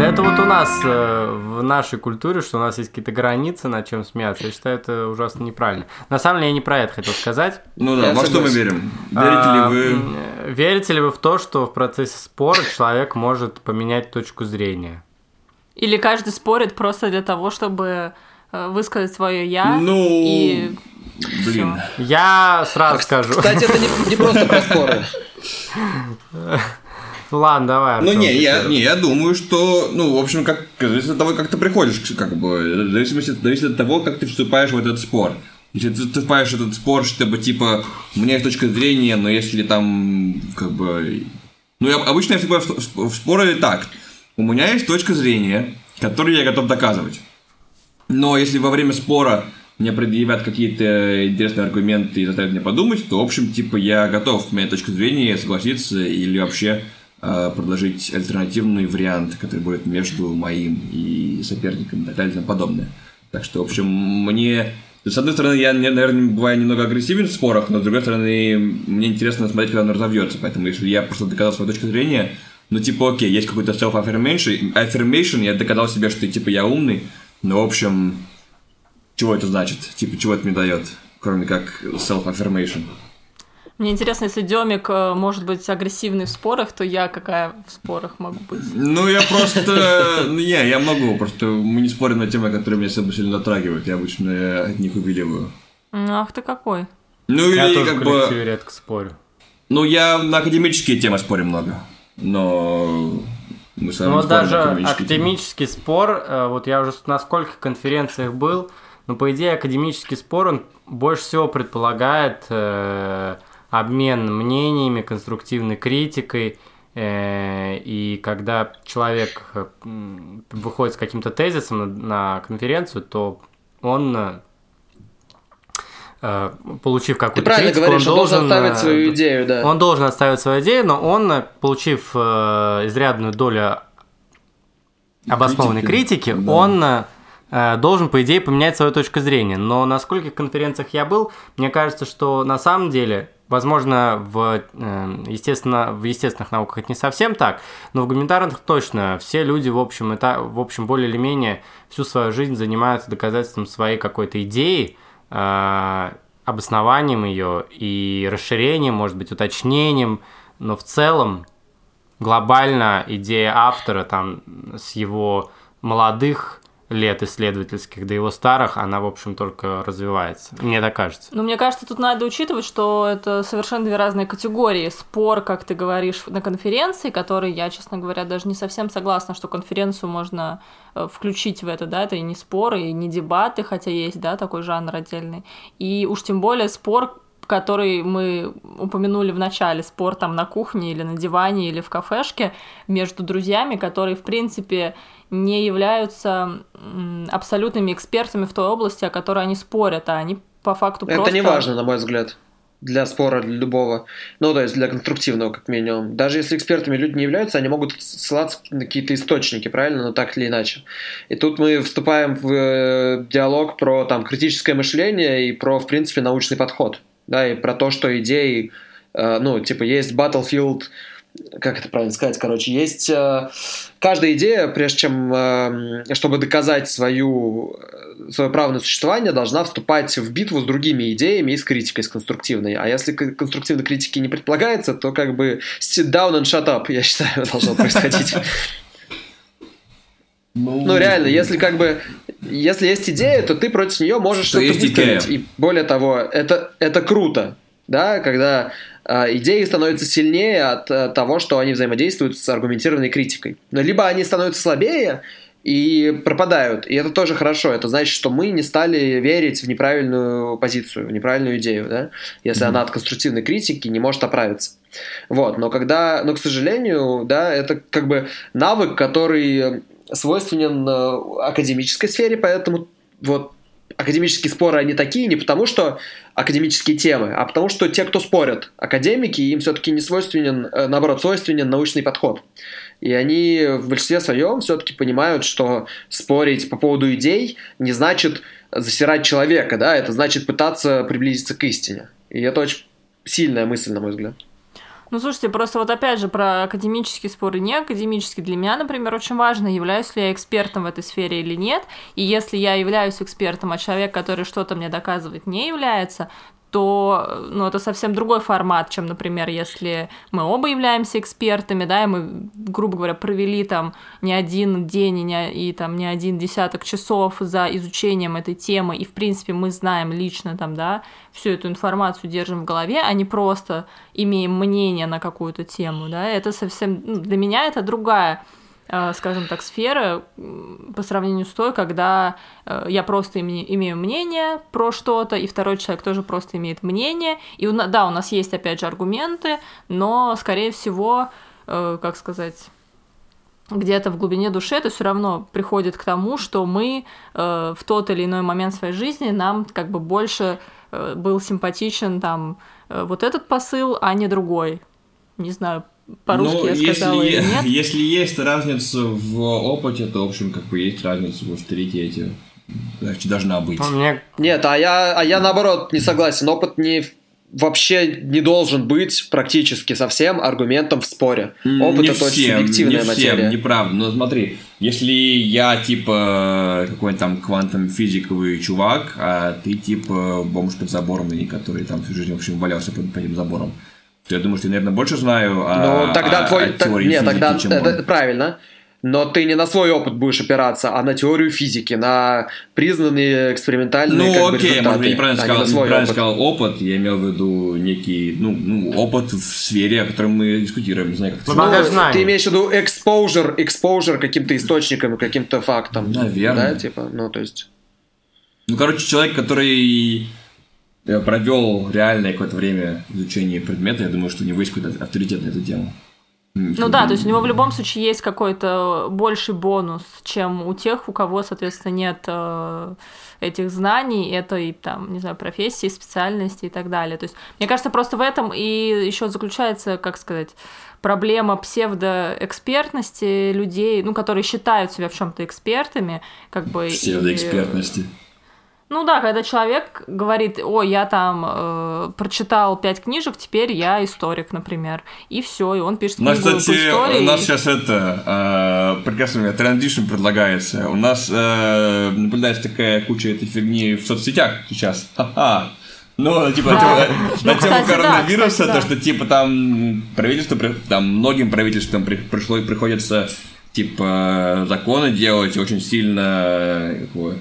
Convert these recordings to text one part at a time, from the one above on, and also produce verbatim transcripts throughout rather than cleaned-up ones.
это вот у нас э, в нашей культуре, что у нас есть какие-то границы, над чем смеяться. Я считаю, это ужасно неправильно. На самом деле я не про это хотел сказать. Ну да, во что мы верим? Верите ли вы... Верите ли вы в то, что в процессе спора человек может поменять точку зрения? Или каждый спорит просто для того, чтобы высказать свое «я» ну... и... Блин. Всё. Я сразу а, скажу. Кстати, это не, не просто про споры. Ладно, давай. Ну не, я, не, я думаю, что, ну, в общем, как, зависит от того, как ты приходишь, как бы, зависит, зависит от того, как ты вступаешь в этот спор. Если ты вступаешь в этот спор, чтобы, типа, у меня есть точка зрения, но если там, как бы... Ну, я, обычно я всегда в, в споры так. У меня есть точка зрения, которую я готов доказывать. Но если во время спора мне предъявят какие-то интересные аргументы и заставят меня подумать, то, в общем, типа, я готов поменять точку зрения, согласиться или вообще э, предложить альтернативный вариант, который будет между моим и соперником и так далее и тому подобное. Так что, в общем, мне... С одной стороны, я, наверное, бываю немного агрессивен в спорах, но с другой стороны, мне интересно смотреть, когда он разовьется. Поэтому, если я просто доказал свою точку зрения, ну, типа, окей, есть какой-то self-affirmation, affirmation, я доказал себе, что, типа, я умный, но, в общем... Чего это значит? Типа, чего это мне дает, кроме как self-affirmation? Мне интересно, если Демик может быть агрессивный в спорах, то я какая в спорах могу быть? Ну, я просто... Ну, не, я могу, просто мы не спорим на темы, которые меня сильно затрагивают. Я обычно от них увиливаю. Ах ты какой. Ну, я или тоже как в коллективе бы... редко спорю. Ну, я на академические темы спорю много, но... Мы с вами ну, даже академический, академический спор, вот я уже на скольких конференциях был, но, по идее, академический спор, он больше всего предполагает э, обмен мнениями, конструктивной критикой, э, и когда человек э, выходит с каким-то тезисом на, на конференцию, то он, э, получив какую-то Ты критику, говоришь, он должен, должен отставить свою идею, да. Он должен отставить свою идею, но он, получив э, изрядную долю обоснованной критики, да. он... должен, по идее, поменять свою точку зрения. Но на скольких конференциях я был, мне кажется, что на самом деле, возможно, в, естественно, в естественных науках это не совсем так, но в гуманитарных точно все люди, в общем, это, в общем, более или менее всю свою жизнь занимаются доказательством своей какой-то идеи, обоснованием ее и расширением, может быть, уточнением, но в целом глобально идея автора там с его молодых лет исследовательских до его старых, она, в общем, только развивается. Мне так кажется. Ну, мне кажется, тут надо учитывать, что это совершенно две разные категории. Спор, как ты говоришь, на конференции, который я, честно говоря, даже не совсем согласна, что конференцию можно включить в это, да, это и не споры, и не дебаты, хотя есть, да, такой жанр отдельный. И уж тем более спор, который мы упомянули в начале, спор там на кухне или на диване или в кафешке между друзьями, которые, в принципе, не являются абсолютными экспертами в той области, о которой они спорят, а они по факту это просто... Это не важно, на мой взгляд, для спора, для любого, ну, то есть для конструктивного, как минимум. Даже если экспертами люди не являются, они могут ссылаться на какие-то источники, правильно, но так или иначе. И тут мы вступаем в диалог про там критическое мышление и про, в принципе, научный подход. Да, и про то, что идеи, э, ну, типа, есть battlefield, как это правильно сказать, короче, есть э, каждая идея, прежде чем, э, чтобы доказать свою, свое право на существование, должна вступать в битву с другими идеями и с критикой, с конструктивной. А если конструктивной критики не предполагается, то как бы sit down and shut up, я считаю, должно происходить. Ну, реально, если как бы, если есть идея, то ты против нее можешь что-то высказать. И более того, это, это круто, да, когда э, идеи становятся сильнее от э, того, что они взаимодействуют с аргументированной критикой. Но либо они становятся слабее и пропадают, и это тоже хорошо. Это значит, что мы не стали верить в неправильную позицию, в неправильную идею, да, если mm-hmm. она от конструктивной критики не может оправиться. Вот, но когда, но, к сожалению, да, это как бы навык, который свойственен академической сфере, поэтому вот академические споры, они такие не потому, что академические темы, а потому, что те, кто спорят, академики, им все-таки не свойственен, наоборот, свойственен научный подход. И они в большинстве своем все-таки понимают, что спорить по поводу идей не значит засирать человека, да, это значит пытаться приблизиться к истине. И это очень сильная мысль, на мой взгляд. Ну, слушайте, просто вот опять же про академические споры, не академические. Для меня, например, очень важно, являюсь ли я экспертом в этой сфере или нет. И если я являюсь экспертом, а человек, который что-то мне доказывает, не является, то, ну, это совсем другой формат, чем, например, если мы оба являемся экспертами, да, и мы, грубо говоря, провели там не один день и, не, и там не один десяток часов за изучением этой темы, и, в принципе, мы знаем лично там, да, всю эту информацию держим в голове, а не просто имеем мнение на какую-то тему, да, это совсем, ну, для меня это другая, скажем так, сферы по сравнению с той, когда я просто имею мнение про что-то, и второй человек тоже просто имеет мнение. И да, у нас есть, опять же, аргументы, но, скорее всего, как сказать, где-то в глубине души это все равно приходит к тому, что мы в тот или иной момент своей жизни, нам как бы больше был симпатичен там вот этот посыл, а не другой. Не знаю, по-русски ну, я сказала если, или нет. Если есть разница в опыте, то, в общем, как бы есть разница в авторитете. Значит, должна быть. Мне... Нет, а я, а я наоборот не согласен. Опыт не, вообще не должен быть практически совсем аргументом в споре. Опыт не это всем, очень субъективная не материя. Всем, неправда. Но смотри, если я типа какой-нибудь там квантом-физиковый чувак, а ты типа бомж-подзаборный, который там всю жизнь, в общем, валялся под, под этим забором, то я думаю, что я, наверное, больше знаю о, ну, тогда о, твой... о теории Нет, физики, тогда чем это он. правильно. Но ты не на свой опыт будешь опираться, а на теорию физики, на признанные экспериментальные ну, как бы, окей, результаты. Может быть, неправильно, а сказал, не неправильно опыт. сказал опыт, я имел в виду некий ну, ну, опыт в сфере, о котором мы дискутируем. Не знаю, как ну, это ну, ты имеешь в виду exposure, exposure каким-то источникам, каким-то фактам. Наверное. Да, типа, ну, то есть... Ну, короче, человек, который провел реальное какое-то время изучение предмета, я думаю, что у него есть какой-то авторитет на эту тему. Ну да, то есть у него в любом случае есть какой-то больший бонус, чем у тех, у кого, соответственно, нет э, этих знаний, этой, там, не знаю, профессии, специальности и так далее. То есть, мне кажется, просто в этом и еще заключается, как сказать, проблема псевдоэкспертности людей, ну, которые считают себя в чем-то экспертами, как бы... Псевдоэкспертности. И... Ну да, когда человек говорит, о, я там э, прочитал пять книжек, теперь я историк, например, и все, и он пишет книгу ну, кстати, по истории. У нас сейчас это, э, прекрасный транзишн предлагается. У нас э, наблюдается такая куча этой фигни в соцсетях сейчас. Ха-ха. Ну, типа, да. на тему ну, коронавируса, да, кстати, то, да. что, типа, там правительство, там многим правительствам пришло, приходится, типа, законы делать, очень сильно, какое,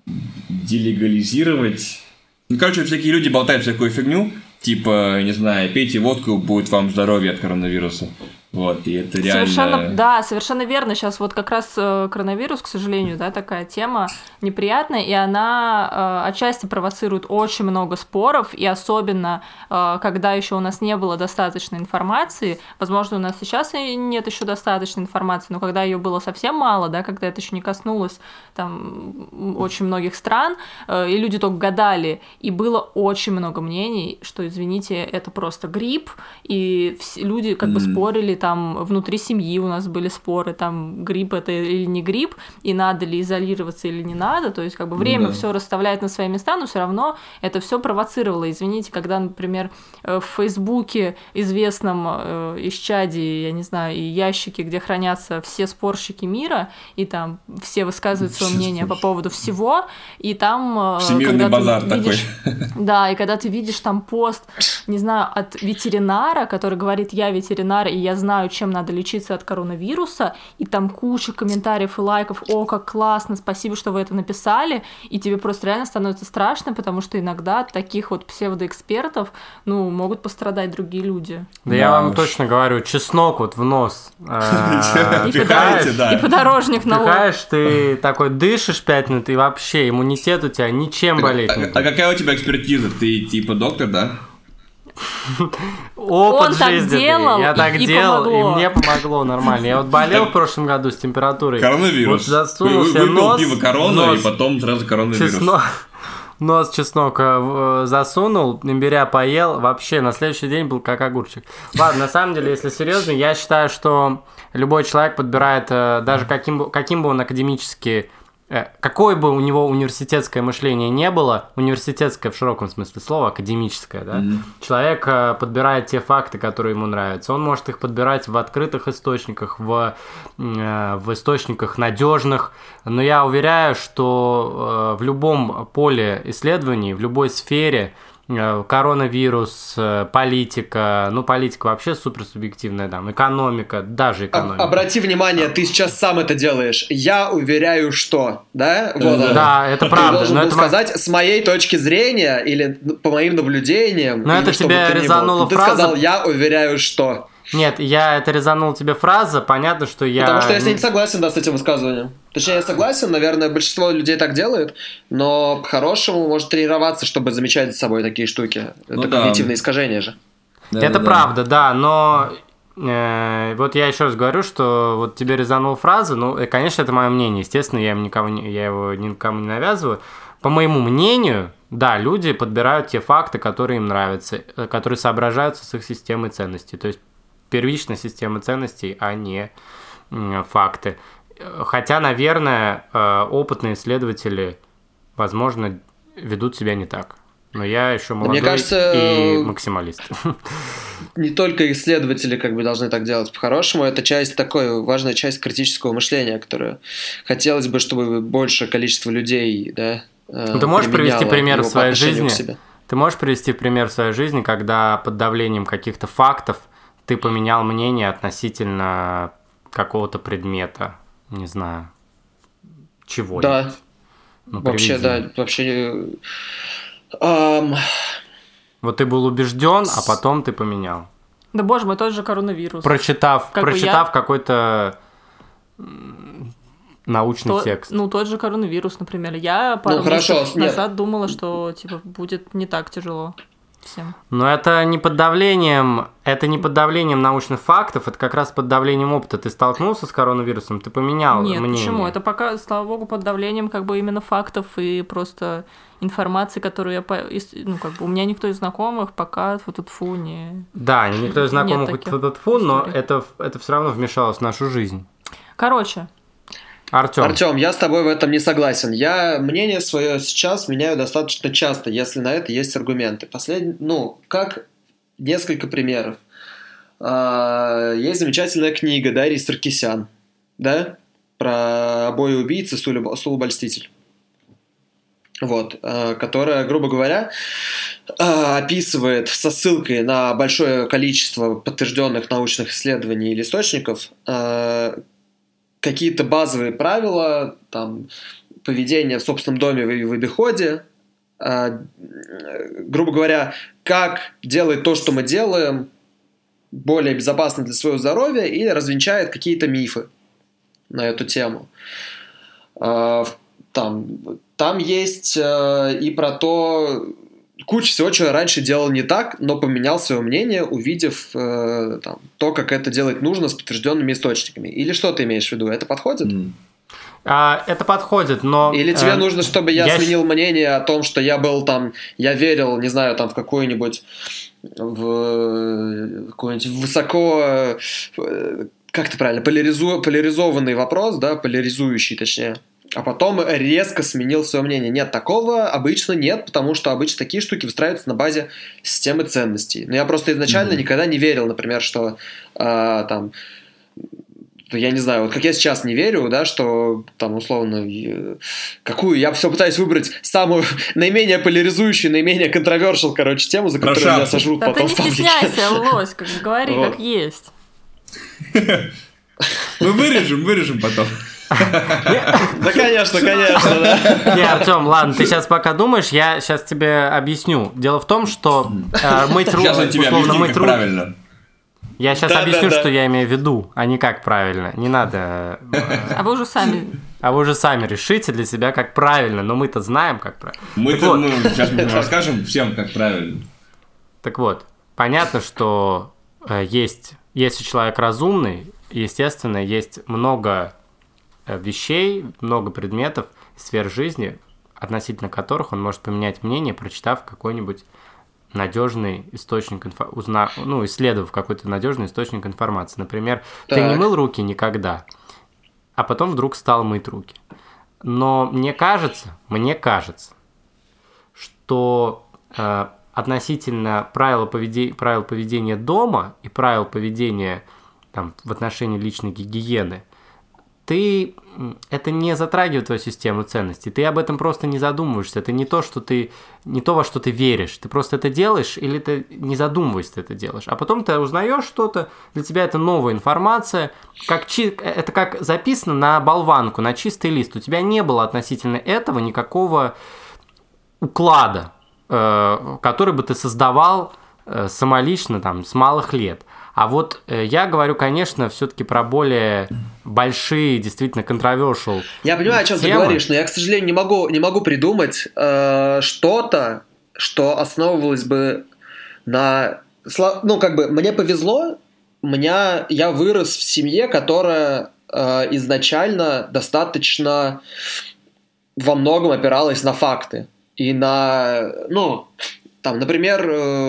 делегализировать. Ну, короче, всякие люди болтают всякую фигню, типа, не знаю, пейте водку, будет вам здоровье от коронавируса. Вот, и это реально... Совершенно, да, совершенно верно. Сейчас вот как раз коронавирус, к сожалению, да, такая тема неприятная, и она э, отчасти провоцирует очень много споров, и особенно, э, когда еще у нас не было достаточной информации, возможно, у нас сейчас и нет еще достаточной информации, но когда ее было совсем мало, да, когда это еще не коснулось там очень многих стран, э, и люди только гадали, и было очень много мнений, что, извините, это просто грипп, и все, люди как mm. бы спорили, там внутри семьи у нас были споры, там грипп это или не грипп, и надо ли изолироваться или не надо, то есть как бы время ну, да. все расставляет на свои места, но все равно это все провоцировало. Извините, когда, например, в Фейсбуке известном э, исчадии, я не знаю, и ящике, где хранятся все спорщики мира, и там все высказывают свое мнение по поводу всего, и там... Всемирный базар видишь, такой. Да, и когда ты видишь там пост, не знаю, от ветеринара, который говорит, я ветеринар, и я знаю, знаю, чем надо лечиться от коронавируса, и там куча комментариев и лайков, о, как классно, спасибо, что вы это написали, и тебе просто реально становится страшно, потому что иногда от таких вот псевдоэкспертов, ну, могут пострадать другие люди. Да я вам точно говорю, чеснок вот в нос и подорожник на лоб. Пихаешь, ты такой дышишь пять минут, и вообще иммунитет у тебя ничем болеть не будет. А какая у тебя экспертиза? Ты типа доктор, да? Опыт Он так жизненный. делал, я так и делал, помогло. и мне помогло нормально. Я вот болел в прошлом году с температурой. Коронавирус. Вот засунул себе Выпил нос, пиво корона, нос, и потом сразу коронавирус. Чеснок, нос чеснок засунул, имбиря поел, вообще на следующий день был как огурчик. Ладно, на самом деле, если серьезно, я считаю, что любой человек подбирает, даже каким бы, каким бы он академически какое бы у него университетское мышление не было, университетское в широком смысле слова, академическое, да, mm-hmm. человек подбирает те факты, которые ему нравятся. Он может их подбирать в открытых источниках, в, в источниках надежных, но я уверяю, что в любом поле исследований, в любой сфере, коронавирус, политика, ну, политика вообще суперсубъективная, там, экономика, даже экономика. Обрати внимание, ты сейчас сам это делаешь. Я уверяю, что, да? Вот да, это правда. Ты должен был это... сказать, с моей точки зрения, или по моим наблюдениям, но это тебе резанула фраза... Ты сказал, я уверяю, что... Нет, я это резанул тебе фраза, понятно, что я... Потому что я с ней не согласен, да, с этим высказыванием. Точнее, я согласен, наверное, большинство людей так делает, но по-хорошему может тренироваться, чтобы замечать за собой такие штуки. Ну, это да. Когнитивное искажение же. Да, это да. правда, да, но э, вот я еще раз говорю, что вот тебе резанула фраза, ну, конечно, это мое мнение, естественно, я, никого не, я его никому не навязываю. По моему мнению, да, люди подбирают те факты, которые им нравятся, которые соображаются с их системой ценностей, то есть первичная система ценностей, а не факты. Хотя, наверное, опытные исследователи, возможно, ведут себя не так. Но я еще молодой. Мне кажется, и максималист. Не только исследователи как бы должны так делать. По-хорошему, это часть такой, важная часть критического мышления, которую хотелось бы, чтобы большее количество людей, да, ну, ты можешь привести пример в своей жизни? Ты можешь привести пример в своей жизни, когда под давлением каких-то фактов ты поменял мнение относительно какого-то предмета, не знаю, чего-нибудь? Да, ну, вообще, да, вообще... Um... Вот ты был убежден, а потом ты поменял. Да боже мой, тот же коронавирус. Прочитав, как прочитав я... какой-то научный то, текст. Ну, тот же коронавирус, например. Я пару ну, месяцев назад думала, что типа будет не так тяжело. Всем. Но это не под давлением, это не под давлением научных фактов, это как раз под давлением опыта. Ты столкнулся с коронавирусом, ты поменял Нет, мнение. почему? Это пока, слава богу, под давлением как бы именно фактов и просто информации, которую я... Ну, как бы у меня никто из знакомых пока фу-фу-фу не... Да, никто из знакомых фу-фу-фу, но это, это все равно вмешалось в нашу жизнь. Короче... Артём. Артём, я с тобой в этом не согласен. Я мнение свое сейчас меняю достаточно часто, если на это есть аргументы. Послед... Ну, как несколько примеров. Есть замечательная книга Дарьи Саркисян, да, про обои убийцы Сулу-Обольститель. Вот, которая, грубо говоря, описывает со ссылкой на большое количество подтвержденных научных исследований или источников какие-то базовые правила, там, поведения в собственном доме и в обиходе, э, грубо говоря, как делать то, что мы делаем, более безопасно для своего здоровья, и развенчает какие-то мифы на эту тему. Э, там, там есть э, и про то, куча всего, что я раньше делал не так, но поменял свое мнение, увидев э, там, то, как это делать нужно с подтвержденными источниками. Или что ты имеешь в виду? Это подходит? Mm. А, это подходит, но... Или тебе э, нужно, чтобы я, я сменил мнение о том, что я был там, я верил, не знаю, там в какую-нибудь, в какой-нибудь высоко, как это правильно, поляризу, поляризованный вопрос, да, поляризующий, точнее. А потом резко сменил свое мнение. Нет, такого обычно нет, потому что обычно такие штуки выстраиваются на базе системы ценностей. Но я просто изначально mm-hmm. никогда не верил, например, что э, там, я не знаю, вот как я сейчас не верю, да, что там условно, какую, я все пытаюсь выбрать самую наименее поляризующую, наименее controversial, короче, тему, за которую меня сожрут да потом в паблике. Да ты не стесняйся, лось, как бы говори, вот. Как есть. Мы вырежем, вырежем потом. Да, конечно, конечно, да. Не, Артём, ладно, ты сейчас пока думаешь, я сейчас тебе объясню. Дело в том, что э, мыть руки, условно мыть руки. Правильно. Я сейчас да, объясню, да, да. что я имею в виду, а не как правильно. Не надо. Э, а вы уже сами. А вы уже сами решите для себя, как правильно. Но мы-то знаем, как правильно. Мы-то, вот. ну, сейчас мы расскажем всем, как правильно. Так вот, понятно, что э, есть, если человек разумный, естественно, есть много вещей, много предметов, сфер жизни, относительно которых он может поменять мнение, прочитав какой-нибудь надежный источник информации, узна... ну, исследовав какой-то надежный источник информации. Например, так. ты не мыл руки никогда, а потом вдруг стал мыть руки. Но мне кажется, мне кажется, что э, относительно правил поведения, правил поведения дома и правил поведения там, в отношении личной гигиены, ты, это не затрагивает твою систему ценностей, ты об этом просто не задумываешься, это не то, что ты, не то, во что ты веришь, ты просто это делаешь или ты не задумываясь ты это делаешь, а потом ты узнаешь что-то, для тебя это новая информация, как чи... это как записано на болванку, на чистый лист, у тебя не было относительно этого никакого уклада, э, который бы ты создавал э, самолично там, с малых лет. А вот э, я говорю, конечно, все-таки про более большие, действительно, controversial Я понимаю, о чем темы. ты говоришь, но я, к сожалению, не могу, не могу придумать э, что-то, что основывалось бы на... Ну, как бы, мне повезло, меня, я вырос в семье, которая э, изначально достаточно во многом опиралась на факты. И на... Ну... Там, например,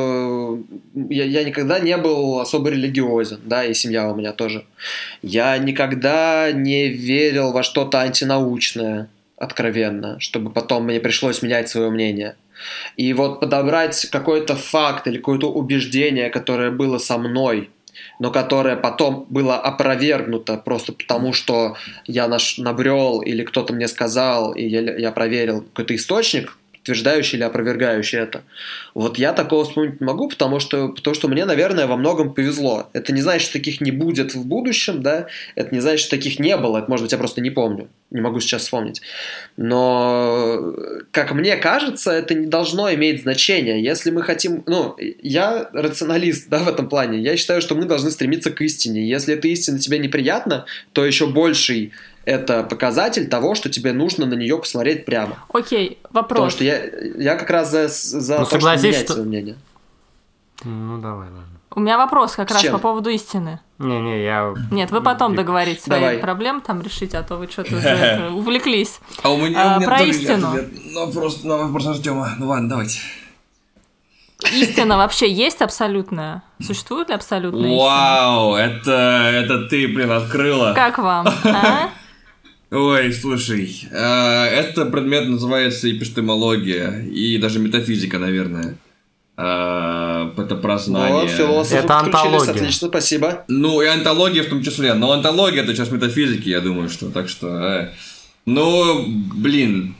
я, я никогда не был особо религиозен, да, и семья у меня тоже. Я никогда не верил во что-то антинаучное, откровенно, чтобы потом мне пришлось менять свое мнение. И вот подобрать какой-то факт или какое-то убеждение, которое было со мной, но которое потом было опровергнуто просто потому, что я наш, набрел или кто-то мне сказал, и я, я проверил какой-то источник, подтверждающий или опровергающий это. Вот я такого вспомнить не могу, потому что, потому что мне, наверное, во многом повезло. Это не значит, что таких не будет в будущем, да, это не значит, что таких не было, это, может быть, я просто не помню, не могу сейчас вспомнить. Но, как мне кажется, это не должно иметь значения. Если мы хотим... Ну, я рационалист, да, в этом плане. Я считаю, что мы должны стремиться к истине. Если эта истина тебе неприятна, то еще больший это показатель того, что тебе нужно на нее посмотреть прямо. Окей, вопрос. Потому что я, я как раз за, за ну, то, чтобы менять что... свое мнение. Ну, давай, ладно. У меня вопрос как С раз чем? по поводу истины. Не-не, я... Нет, вы потом договоритесь свои Давай. проблемы там решите, а то вы что-то уже это, увлеклись. А у меня, А, у меня про тоже истину. ответ. Ну, вопрос, на вопрос Артема. Ну ладно, давайте. Истина вообще есть абсолютная? Существует ли абсолютная истина? Вау, это, это ты, блин, открыла. Как вам, а? Ой, слушай, э, это предмет называется эпистемология и даже метафизика, наверное. Э, это про знание. Вот, философы Это подключились, онтология. отлично, спасибо. Ну, и онтология в том числе. Но онтология это сейчас метафизики, я думаю, что. Так что. Э. Ну, блин.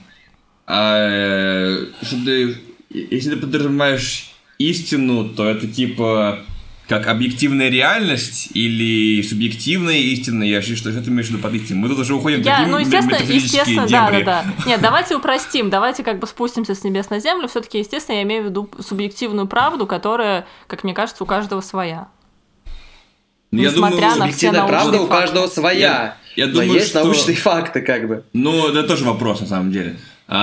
Э, что ты, если ты подразумеваешь истину, то это типа как объективная реальность или субъективная истина? Я вообще что, что ты имеешь в виду под истиной? Мы тут уже уходим в Я, такие ну, естественно, метафизические естественно, да, дебри. да, да. Нет, давайте упростим, давайте как бы спустимся с небес на землю. Все-таки, естественно, я имею в виду субъективную правду, которая, как мне кажется, у каждого своя. Ну, я Несмотря думаю, на все Субъективная правда научные у факты. каждого своя. Я- я но думаю, есть что- научные факты, как бы. Ну, это тоже вопрос, на самом деле.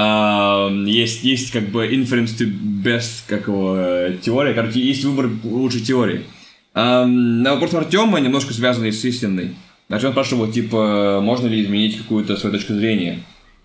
А, есть, есть как бы inference to best как его, э, теория, короче, есть выбор лучшей теории. А, на вопрос Артема, немножко связанный с истиной. Значит, он спрашивал, типа, можно ли изменить какую-то свою точку зрения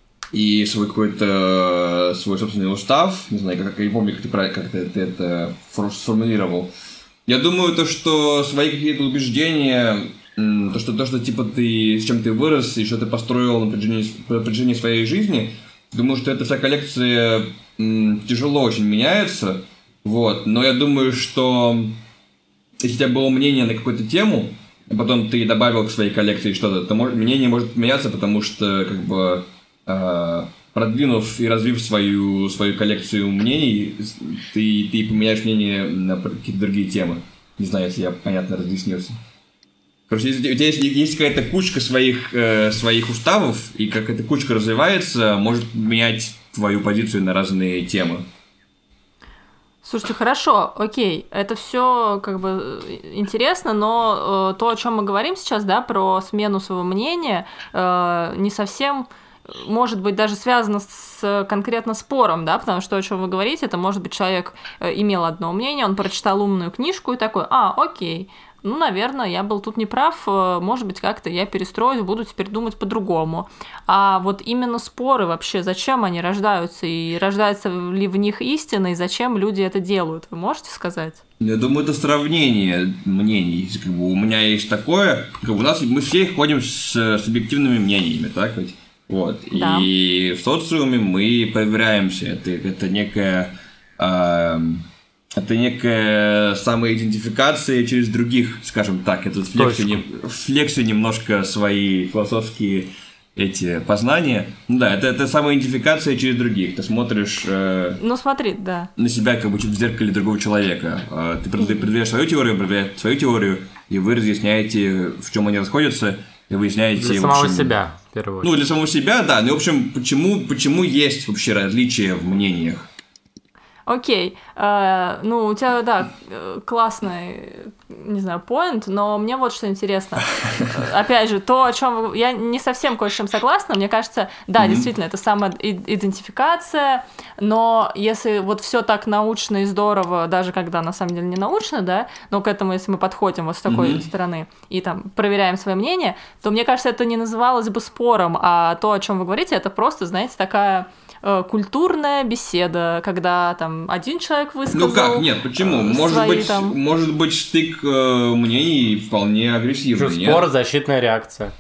и свой какой-то свой собственный устав. Не знаю, как, я не помню, как ты, правильно- как ты, ты это фор- сформулировал. Я думаю, то, что свои какие-то убеждения, м, то, что, то, что типа ты, с чем ты вырос и что ты построил на протяжении, на протяжении своей жизни, думаю, что эта вся коллекция м, тяжело очень меняется. Вот. Но я думаю, что если у тебя было мнение на какую-то тему, а потом ты добавил к своей коллекции что-то, то может, мнение может меняться, потому что как бы э, продвинув и развив свою, свою коллекцию мнений, ты, ты поменяешь мнение на какие-то другие темы. Не знаю, если я понятно разъяснился. Короче, если у тебя есть, есть какая-то кучка своих, э, своих уставов, и как эта кучка развивается, может менять твою позицию на разные темы. Слушайте, хорошо, окей, это все как бы интересно, но э, то, о чем мы говорим сейчас, да, про смену своего мнения, э, не совсем может быть даже связано с конкретно спором, да, потому что, о чем вы говорите, это может быть человек э, имел одно мнение, он прочитал умную книжку и такой, а, окей, ну, наверное, я был тут неправ, может быть, как-то я перестроюсь, буду теперь думать по-другому. А вот именно споры вообще, зачем они рождаются, и рождается ли в них истина, и зачем люди это делают, вы можете сказать? Я думаю, это сравнение мнений. Как бы у меня есть такое, как бы у нас мы все ходим с субъективными мнениями, так ведь? Вот. Да. И в социуме мы проверяемся. Это, это некая... Э, это некая самоидентификация через других, скажем так. Я тут флексию, не, флексию немножко свои философские эти познания. Ну да, это, это самоидентификация через других. Ты смотришь э, ну, смотри, да. на себя как бы в зеркале другого человека. Э, ты предъявляешь свою теорию, предъявляешь свою теорию, и вы разъясняете, в чем они расходятся, и выясняете... Для самого общем, себя, в первую очередь. Ну, для самого себя, да. Ну, в общем, почему, почему есть вообще различия в мнениях? Окей, uh, ну у тебя, да, классный, не знаю, поинт, но мне вот что интересно. Опять же, то, о чем я не совсем кое с чем согласна, мне кажется, да, mm-hmm. действительно, это самоидентификация, но если вот все так научно и здорово, даже когда на самом деле не научно, да, но к этому, если мы подходим вот с такой mm-hmm. стороны и там проверяем свое мнение, то мне кажется, это не называлось бы спором, а то, о чем вы говорите, это просто, знаете, такая... культурная беседа, когда там один человек высказал. Ну как, нет, почему? Может свои, быть, там... может быть, штык э, мнений вполне агрессивный. Что, спор, защитная реакция.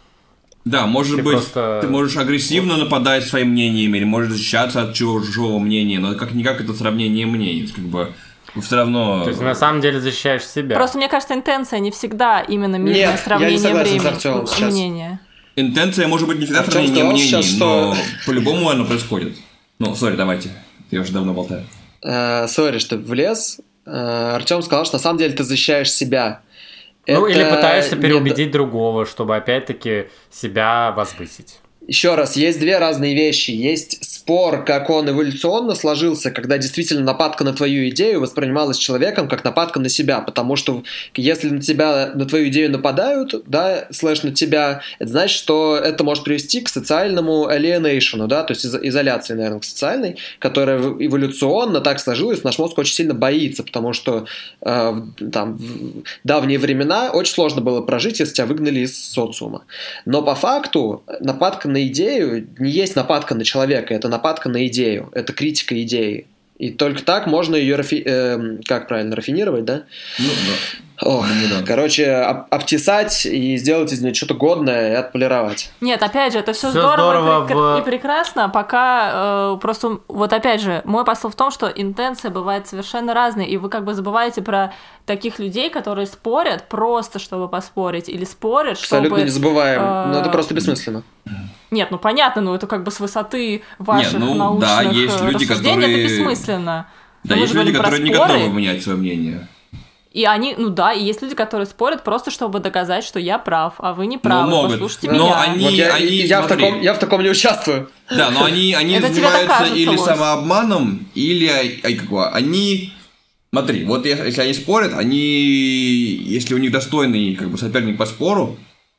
Да, может ты быть, просто... ты можешь агрессивно нападать своим мнением или можешь защищаться от чужого мнения, но как-никак это сравнение мнений, как бы все равно... То есть, на самом деле, защищаешь себя. Просто, мне кажется, интенция не всегда именно мирное сравнение времени, мнения. Интенция может быть не всегда сравнение мнений, сейчас, что... но по-любому оно происходит. Ну, сори, давайте. Я уже давно болтаю. Сори, что влез. Артём сказал, что на самом деле ты защищаешь себя. Ну, Это... или пытаешься переубедить не... другого, чтобы опять-таки себя возвысить. Еще раз, есть две разные вещи. Есть спор, как он эволюционно сложился, когда действительно нападка на твою идею воспринималась человеком как нападка на себя, потому что если на тебя, на твою идею нападают, да, слэш на тебя, это значит, что это может привести к социальному alienation, да, то есть из- изоляции, наверное, к социальной, которая эволюционно так сложилась, наш мозг очень сильно боится, потому что э, там в давние времена очень сложно было прожить, если тебя выгнали из социума. Но по факту нападка на идею не есть нападка на человека, это нападка на идею, это критика идеи. И только так можно ее, рафи... э, как правильно, рафинировать, да? Ну, да. Ох, ну, да. Короче, об- обтесать и сделать из нее что-то годное и отполировать. Нет, опять же, это все, все здорово, здорово и, в... и прекрасно, пока э, просто, вот опять же, мой посыл в том, что интенция бывает совершенно разной, и вы как бы забываете про таких людей, которые спорят просто, чтобы поспорить, или спорят, чтобы... Абсолютно не забываем, э, но это просто бессмысленно. Нет, ну понятно, ну это как бы с высоты ваших Нет, ну, научных да, есть люди, рассуждений которые... это бессмысленно. Да, Но есть люди, которые не споры, готовы менять свое мнение. И они, ну да, и есть люди, которые спорят просто, чтобы доказать, что я прав, а вы не правы, ну, могут. послушайте но меня. Они, вот я, они, я, в таком, я в таком не участвую. Да, но они, они занимаются или самообманом, или ай, как, они... Смотри, вот если они спорят, они, если у них достойный как бы, соперник по спору,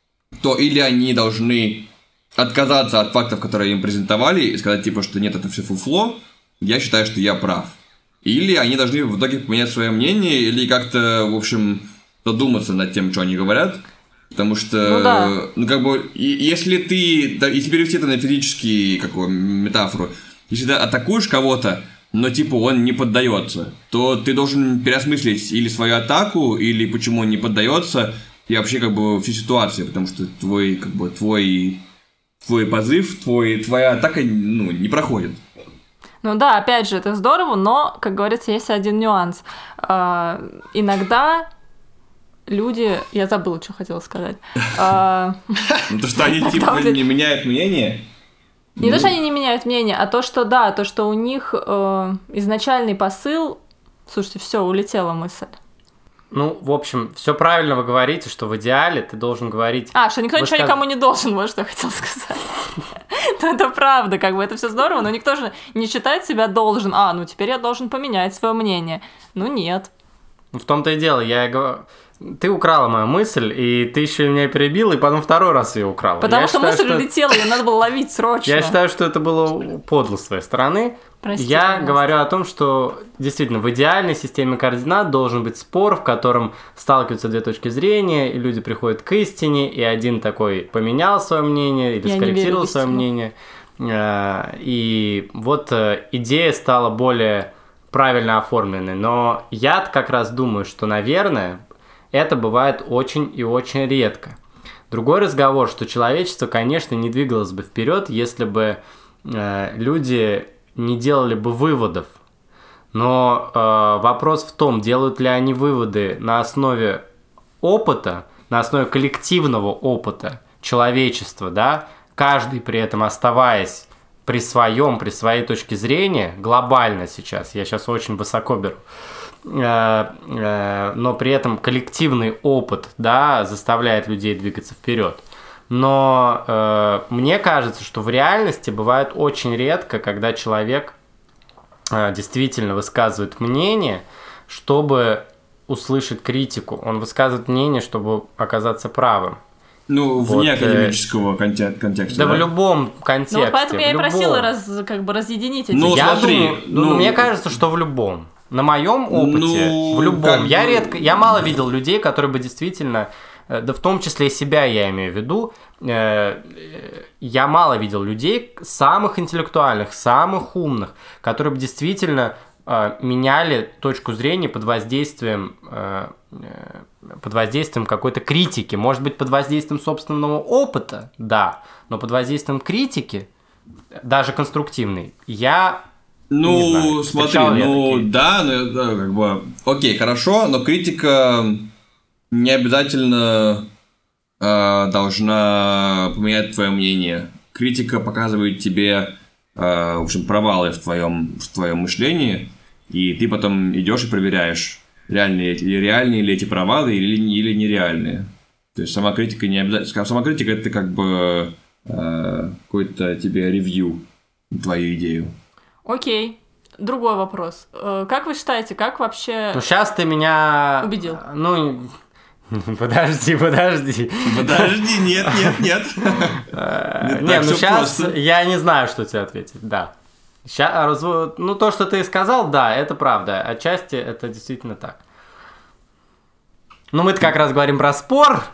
то или они должны отказаться от фактов, которые им презентовали, и сказать, типа, что нет, это все фуфло, я считаю, что я прав. Или они должны в итоге поменять свое мнение, или как-то, в общем, задуматься над тем, что они говорят. Потому что, ну, да. ну как бы, и, если ты, да, если перевести это на физический, какую метафору, если ты атакуешь кого-то, но типа он не поддается, то ты должен переосмыслить или свою атаку, или почему он не поддается, и вообще как бы всю ситуацию, потому что твой, как бы, твой, твой позыв, твой, твоя атака, ну, не проходит. Ну да, опять же, это здорово, но, как говорится, есть один нюанс. А, иногда люди... Я забыла, что хотела сказать. Ну то, что они типа не меняют мнение? Не то, что они не меняют мнение, а то, что да, то, что у них изначальный посыл... Слушайте, все, улетела мысль. Ну, в общем, все правильно вы говорите, что в идеале ты должен говорить... А, что никто ничего сказ... никому не должен, вот что я хотела сказать. Ну, это правда, как бы это все здорово, но никто же не считает себя должен. А, ну теперь я должен поменять свое мнение. Ну, нет. В том-то и дело, я говорю... Ты украла мою мысль, и ты еще меня перебила, и потом второй раз ее украла. Потому я что считаю, мысль что... улетела, ее надо было ловить срочно. Я считаю, что это было подло с твоей стороны. Прости, я пожалуйста. говорю о том, что действительно в идеальной системе координат должен быть спор, в котором сталкиваются две точки зрения, и люди приходят к истине, и один такой поменял свое мнение или я скорректировал свое мнение. И вот идея стала более правильно оформленной. Но я как раз думаю, что, наверное, это бывает очень и очень редко. Другой разговор, что человечество, конечно, не двигалось бы вперед, если бы э, люди не делали бы выводов. Но э, вопрос в том, делают ли они выводы на основе опыта, на основе коллективного опыта человечества, да, каждый при этом оставаясь при своем, при своей точке зрения, глобально сейчас, я сейчас очень высоко беру, э, э, но при этом коллективный опыт, да, заставляет людей двигаться вперед. Но э, мне кажется, что в реальности бывает очень редко, когда человек э, действительно высказывает мнение, чтобы услышать критику. Он высказывает мнение, чтобы оказаться правым. Ну, вот, вне академического контек- контекста. Да, да, в любом контексте. Ну, вот поэтому я и любом. просила раз, как бы разъединить эти. Ну, я смотри, думаю, ну, ну, мне кажется, что в любом. На моем опыте, ну, в любом. как Я бы... редко, я мало видел людей, которые бы действительно, да в том числе и себя я имею в виду, э, я мало видел людей самых интеллектуальных, самых умных, которые бы действительно э, меняли точку зрения под воздействием, э, под воздействием какой-то критики, может быть, под воздействием собственного опыта, да, но под воздействием критики, даже конструктивной, я Ну, не знаю, смотри, ну да, ну, да, как бы, окей, хорошо, но критика не обязательно э, должна поменять твое мнение. Критика показывает тебе, э, в общем, провалы в твоем, в твоем мышлении, и ты потом идешь и проверяешь, реальные, реальные ли эти провалы или, или нереальные. То есть сама критика не обязательно. Сама критика это как бы э, какой-то тебе ревью на твою идею. Окей. Другой вопрос. Как вы считаете, как вообще... Ну, сейчас ты меня... Убедил. Ну, подожди, подожди. Подожди, нет, нет, нет. Не, ну сейчас я не знаю, что тебе ответить, да. Сейчас, ну, то, что ты сказал, да, это правда. Отчасти это действительно так. Ну, мы-то как раз говорим про спор.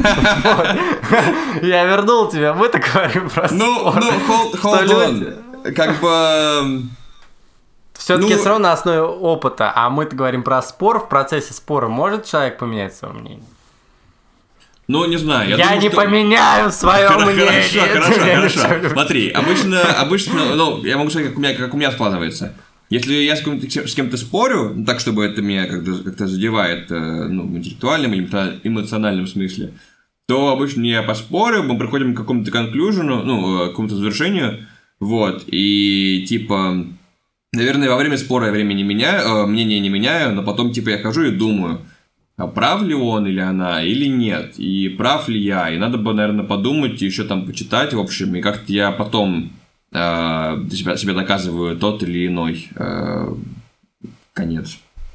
Я вернул тебя, мы-то говорим про спор. Ну, ну, hold on. Как бы... Все-таки ну, все равно на основе опыта, а мы-то говорим про спор. В процессе спора может человек поменять свое мнение? Ну, не знаю. Я, я думаю, не что... поменяю свое хорошо, мнение. Хорошо, хорошо, хорошо. Смотри, обычно, обычно, ну, я могу сказать, как у меня, как у меня складывается. Если я с кем-то, с кем-то спорю, так, чтобы это меня как-то, как-то задевает, ну, в интеллектуальном или эмоциональном смысле, то обычно я поспорю, мы приходим к какому-то конклюжену, ну, к какому-то завершению, вот, и типа... Наверное, во время спора я время не меняю, мнение не меняю, но потом, типа, я хожу и думаю, а прав ли он или она, или нет, и прав ли я, и надо бы, наверное, подумать, еще там почитать, в общем, и как-то я потом э, себя, себе доказываю тот или иной э, конец.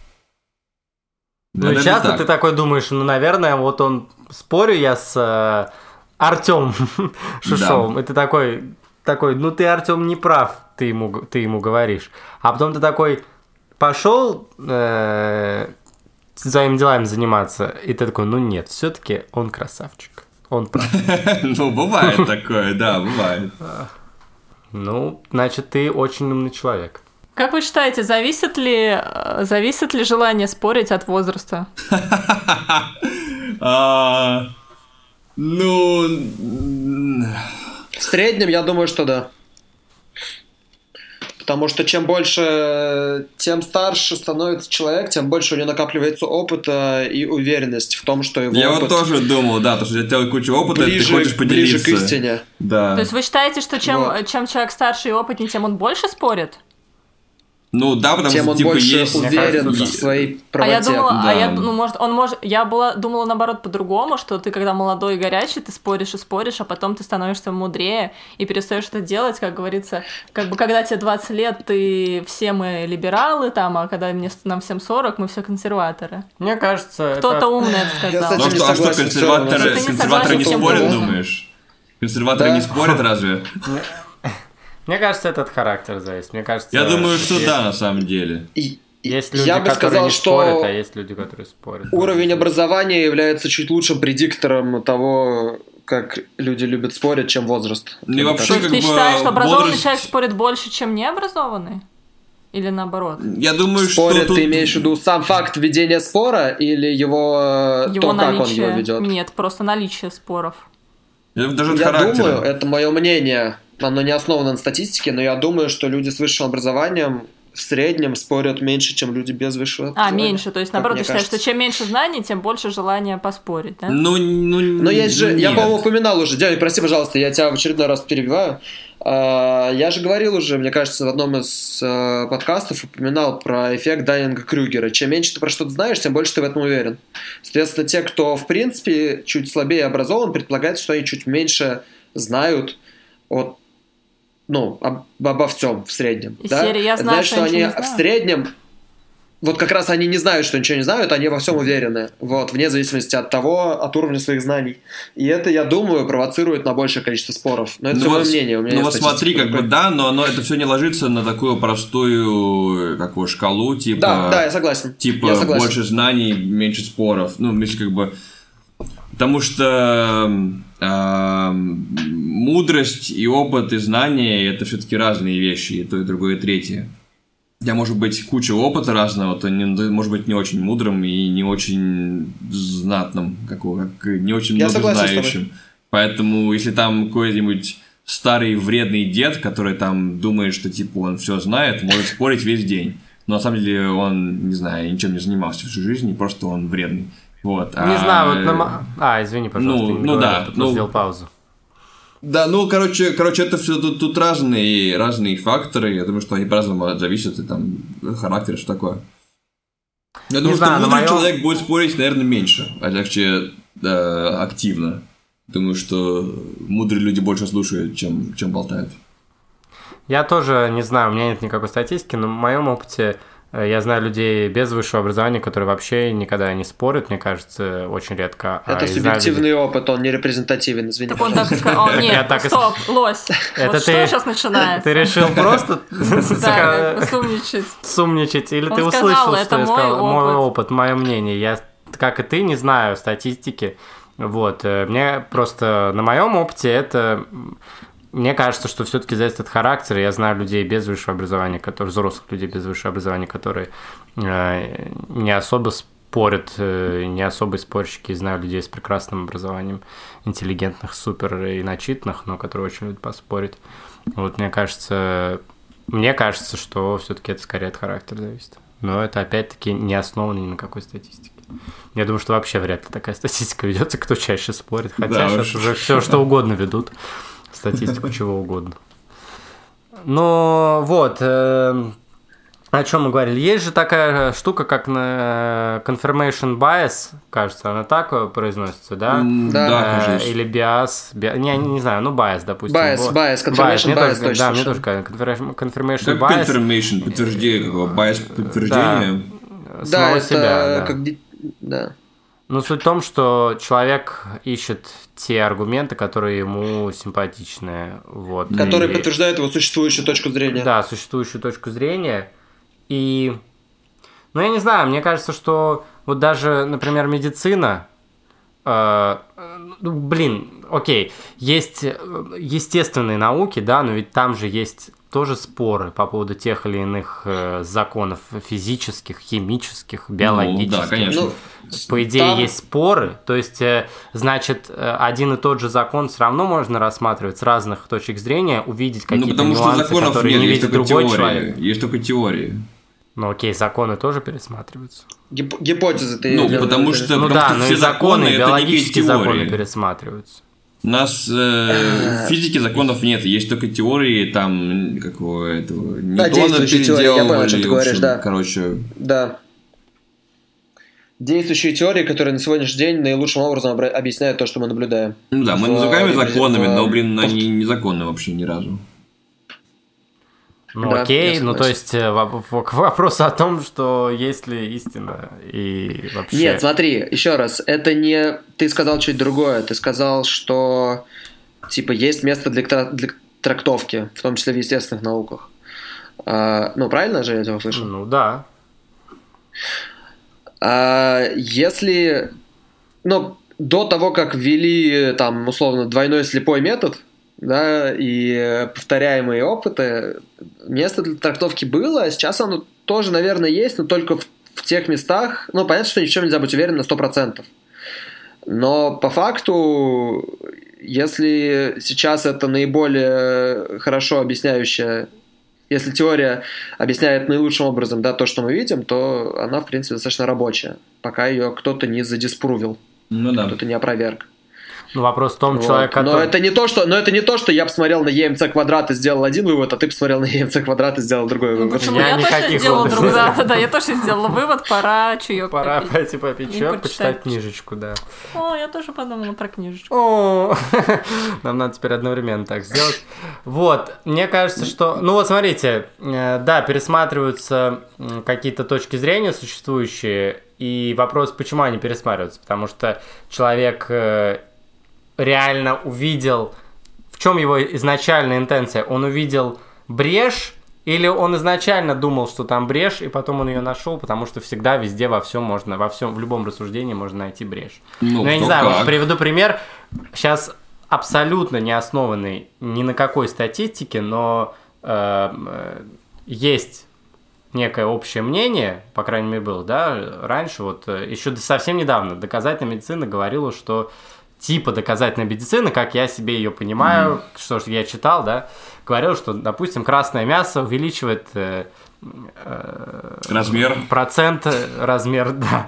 Ну, наверное, часто так. Ты такой думаешь, ну, наверное, вот он, спорю я с э, Артём Шишовым, да. И ты такой... Такой, ну ты, Артём, не прав, ты ему, ты ему говоришь. А потом ты такой пошел э, своими делами заниматься, и ты такой, ну нет, все-таки он красавчик, он прав. Ну, бывает такое, да, бывает. Ну, значит, ты очень умный человек. Как вы считаете, зависит ли, зависит ли желание спорить от возраста? Ну... В среднем, я думаю, что да. Потому что чем больше, тем старше становится человек, тем больше у него накапливается опыта и уверенность в том, что его Я опыт... вот тоже думал, да, то, что у тебя куча опыта, ближе, ты хочешь поделиться. Ближе к истине. Да. То есть вы считаете, что чем, вот. чем человек старше и опытнее, тем он больше спорит? Ну да, потому тем что он типа больше есть... уверен в своей правоте. А я думала, да. а я, ну, может, он может, я была, думала наоборот по-другому, что ты когда молодой и горячий, ты споришь и споришь, а потом ты становишься мудрее и перестаешь это делать, как говорится, как бы когда тебе двадцать лет, ты все мы либералы там, а когда мне, нам всем сорок, мы все консерваторы. Мне кажется, кто-то это... умный это сказал. Ну что, а что, консерваторы, консерваторы не спорят, думаешь? Консерваторы да. не спорят разве? Мне кажется, этот характер зависит. Мне кажется, я думаю, что есть, да, на самом деле. И, есть люди, я бы которые сказал, не что спорят, а есть люди, которые спорят. Уровень образования является чуть лучшим предиктором того, как люди любят спорить, чем возраст. Ну, и вообще, как ты бы, считаешь, что образованный возраст... человек спорит больше, чем необразованный? Или наоборот? Я думаю, спорят, что тут... ты имеешь в виду сам факт ведения спора или его, его то, наличие... как он его ведет? Нет, просто наличие споров. Даже я думаю, это мое мнение, оно не основано на статистике, но я думаю, что люди с высшим образованием в среднем спорят меньше, чем люди без высшего образования. А, меньше, то есть, наоборот, ты считаешь, что чем меньше знаний, тем больше желания поспорить, да? Ну, ну, Но есть же, нет. я, по-моему, упоминал уже, Дядя, прости, пожалуйста, я тебя в очередной раз перебиваю. Я же говорил уже, мне кажется, в одном из подкастов упоминал про эффект Даннинга-Крюгера. Чем меньше ты про что-то знаешь, тем больше ты в этом уверен. Соответственно, те, кто, в принципе, чуть слабее образован, предполагается, что они чуть меньше знают от ну, об, обо всем в среднем. Из да? серии «Я знаю, Значит, что что они ничего не в знаю». среднем, вот как раз они не знают, что ничего не знают, они во всем уверены, вот, вне зависимости от того, от уровня своих знаний. И это, я думаю, провоцирует на большее количество споров. Но это ну все вот, мое мнение. У меня ну вот смотри, как бы, да, но оно, это все не ложится на такую простую какую шкалу, типа... Да, да, я согласен. Типа, я согласен. больше знаний, меньше споров. Ну, если как бы... Потому что э, мудрость и опыт и знания это все-таки разные вещи, и то, и другое, и третье. У тебя может быть куча опыта разного, то не, ты может быть не очень мудрым и не очень знатным, как, как не очень Я много знающим. Поэтому, если там какой-нибудь старый вредный дед, который там думает, что типа он все знает, может спорить весь день. Но на самом деле он, не знаю, ничем не занимался всю жизнь, и просто он вредный. Вот, Не а... знаю, вот на... А, извини, пожалуйста, ну, я не ну говорил, да, тут ну... сделал паузу. Да, ну, короче, короче, это все тут, тут разные, разные факторы. Я думаю, что они по-разному зависят, и там характер, что такое. Я думаю, знаю, что мудрый моё... человек будет спорить, наверное, меньше, а легче да, активно. Думаю, что мудрые люди больше слушают, чем, чем болтают. Я тоже не знаю, у меня нет никакой статистики, но в моем опыте я знаю людей без высшего образования, которые вообще никогда не спорят, мне кажется, очень редко. Это а субъективный людей... опыт, он не репрезентативен, извини. Так он так и сказал. О, нет, так стоп, лось. Это вот ты... что сейчас начинается? Ты решил просто сумничать. Сумничать, или он ты сказал, услышал, это что я мой сказал? опыт. Мой опыт, мое мнение. Я, как и ты, не знаю статистики. Вот. Мне просто на моем опыте это... Мне кажется, что все-таки зависит от характера. Я знаю людей без высшего образования, которые, взрослых людей без высшего образования, которые э, не особо спорят, э, не особые спорщики. Знаю людей с прекрасным образованием, интеллигентных, супер и начитанных, но которые очень любят поспорить. Вот мне кажется, мне кажется, что все-таки это скорее от характера зависит. Но это опять-таки не основано ни на какой статистике. Я думаю, что вообще вряд ли такая статистика ведется, кто чаще спорит, хотя да, сейчас уже все что угодно ведут. Статистику чего угодно. Ну, вот, э, о чем мы говорили. Есть же такая штука, как на confirmation bias, кажется, она так произносится, да? Да, э, кажется. Или bias, bi... не, не знаю, ну, bias, допустим. Bias, вот. bias, confirmation bias, bias точно. Да, мне тоже confirmation, confirmation как bias. confirmation, подтверждение, bias подтверждение. Да, самого да, себя, это да. как... Да. Ну, суть в том, что человек ищет те аргументы, которые ему симпатичны. Вот, которые и... подтверждают его существующую точку зрения. Да, существующую точку зрения. И, ну, я не знаю, мне кажется, что вот даже, например, медицина, э, ну, блин, окей, есть естественные науки, да, но ведь там же есть тоже споры по поводу тех или иных э, законов физических, химических, биологических. Ну, да, конечно. Ну, по идее, там... есть споры, то есть, э, значит, один и тот же закон все равно можно рассматривать с разных точек зрения, увидеть какие-то ну, нюансы, которые нет, не видит другой теории, человек. Есть только теории. Ну окей, законы тоже пересматриваются. Гип- гипотезы ты... Ну, делаешь, потому да. что, Ну потому да, что но все и законы, законы, биологические это законы теории. пересматриваются. У нас э, в физике законов нет, есть только теории, там, какого этого, Да, Ньютона действующие теории, я понял, о чем ты в говоришь, общем, да. Короче... Да. Действующие теории, которые на сегодняшний день наилучшим образом обра- объясняют то, что мы наблюдаем. Ну да, мы в, называем их в, законами, в, но, блин, в, они незаконны вообще ни разу. Ну да, окей, ну то есть к вопросу о том, что есть ли истина и вообще... Нет, смотри, еще раз, это не... Ты сказал чуть другое, ты сказал, что типа есть место для, для трактовки, в том числе в естественных науках. А, ну, правильно же я тебя услышал? Ну да. А, если... Ну, до того, как ввели, там, условно, двойной слепой метод, да, и повторяемые опыты, место для трактовки было, а сейчас оно тоже, наверное, есть, но только в, в тех местах, ну, понятно, что ни в чем нельзя быть уверен на сто процентов. Но по факту, если сейчас это наиболее хорошо объясняющая, если теория объясняет наилучшим образом, да, то, что мы видим, то она, в принципе, достаточно рабочая, пока ее кто-то не задиспрувил, ну, да. кто-то не опроверг. Ну, вопрос в том, вот. человек, который... Но это не то, что, но это не то, что я посмотрел на e m c квадрат и сделал один вывод, а ты посмотрел на e m c квадрат и сделал другой вывод. Почему? Я, я тоже сделала другой, да, да, я тоже сделала вывод, пора чаек Пора попить. пойти попить чаек, почитать книжечку, да. О, я тоже подумала про книжечку. О, нам надо теперь одновременно так сделать. Вот, мне кажется, что... Ну вот смотрите, да, пересматриваются какие-то точки зрения существующие, и вопрос, почему они пересматриваются, потому что человек... реально увидел, в чем его изначальная интенция. Он увидел брешь, или он изначально думал, что там брешь, и потом он ее нашел, потому что всегда, везде, во всем можно, во всем, в любом рассуждении можно найти брешь. Ну, Но я не знаю, вот приведу пример. Сейчас абсолютно не основанный ни на какой статистике, но э, э, есть некое общее мнение, по крайней мере, было, да, раньше, вот, еще совсем недавно доказательная медицина говорила, что типа доказательная медицина, как я себе ее понимаю, mm. что ж я читал, да, говорил, что, допустим, красное мясо увеличивает э, э, размер, процент, размер, да.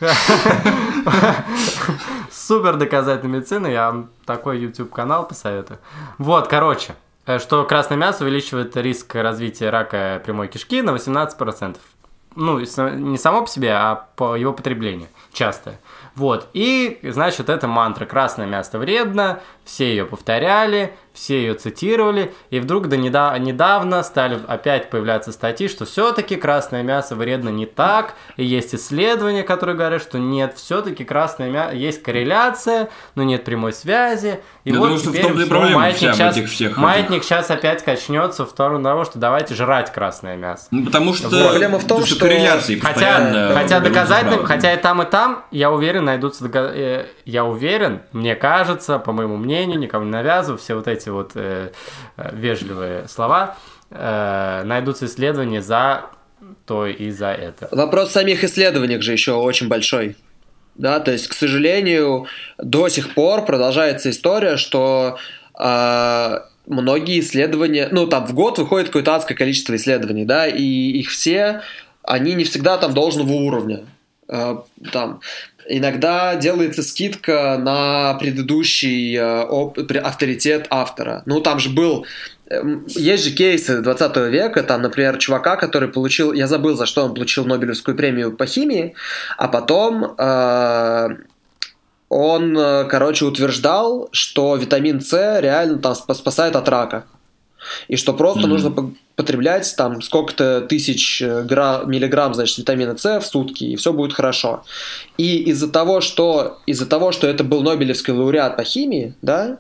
Супер доказательная медицина, я вам такой YouTube-канал посоветую. Вот, короче, что красное мясо увеличивает риск развития рака прямой кишки на восемнадцать процентов. Ну, не само по себе, а по его потреблению частое. Вот, и, значит, эта мантра «красное мясо вредно», все ее повторяли, все ее цитировали, и вдруг до недав- недавно стали опять появляться статьи, что все-таки красное мясо вредно не так, и есть исследования, которые говорят, что нет, все-таки красное мясо, есть корреляция, но нет прямой связи, и я вот думаю, теперь что в том и маятник, сейчас, всех маятник сейчас опять качнется в сторону того, что давайте жрать красное мясо. Ну, потому что, вот. Проблема в том, что, что... корреляции хотя, хотя доказательно, хотя и там, и там, я уверен, найдутся, я уверен, мне кажется, по моему мнению, никому не навязываю, все вот эти вот э, вежливые слова, э, найдутся исследования за то и за это. Вопрос в самих исследованиях же еще очень большой. Да, то есть, к сожалению, до сих пор продолжается история, что э, многие исследования, ну, там в год выходит какое-то адское количество исследований, да, и их все, они не всегда там должного уровня. Э, там... Иногда делается скидка на предыдущий э, оп- авторитет автора. Ну, там же был... Э, есть же кейсы двадцатого века, там, например, чувака, который получил... Я забыл, за что он получил Нобелевскую премию по химии, а потом э, он, короче, утверждал, что витамин С реально там спасает от рака. И что просто mm-hmm. нужно потреблять там сколько-то тысяч грамм, миллиграмм, значит, витамина С в сутки, и все будет хорошо. И из-за того, что, из-за того, что это был Нобелевский лауреат по химии, да,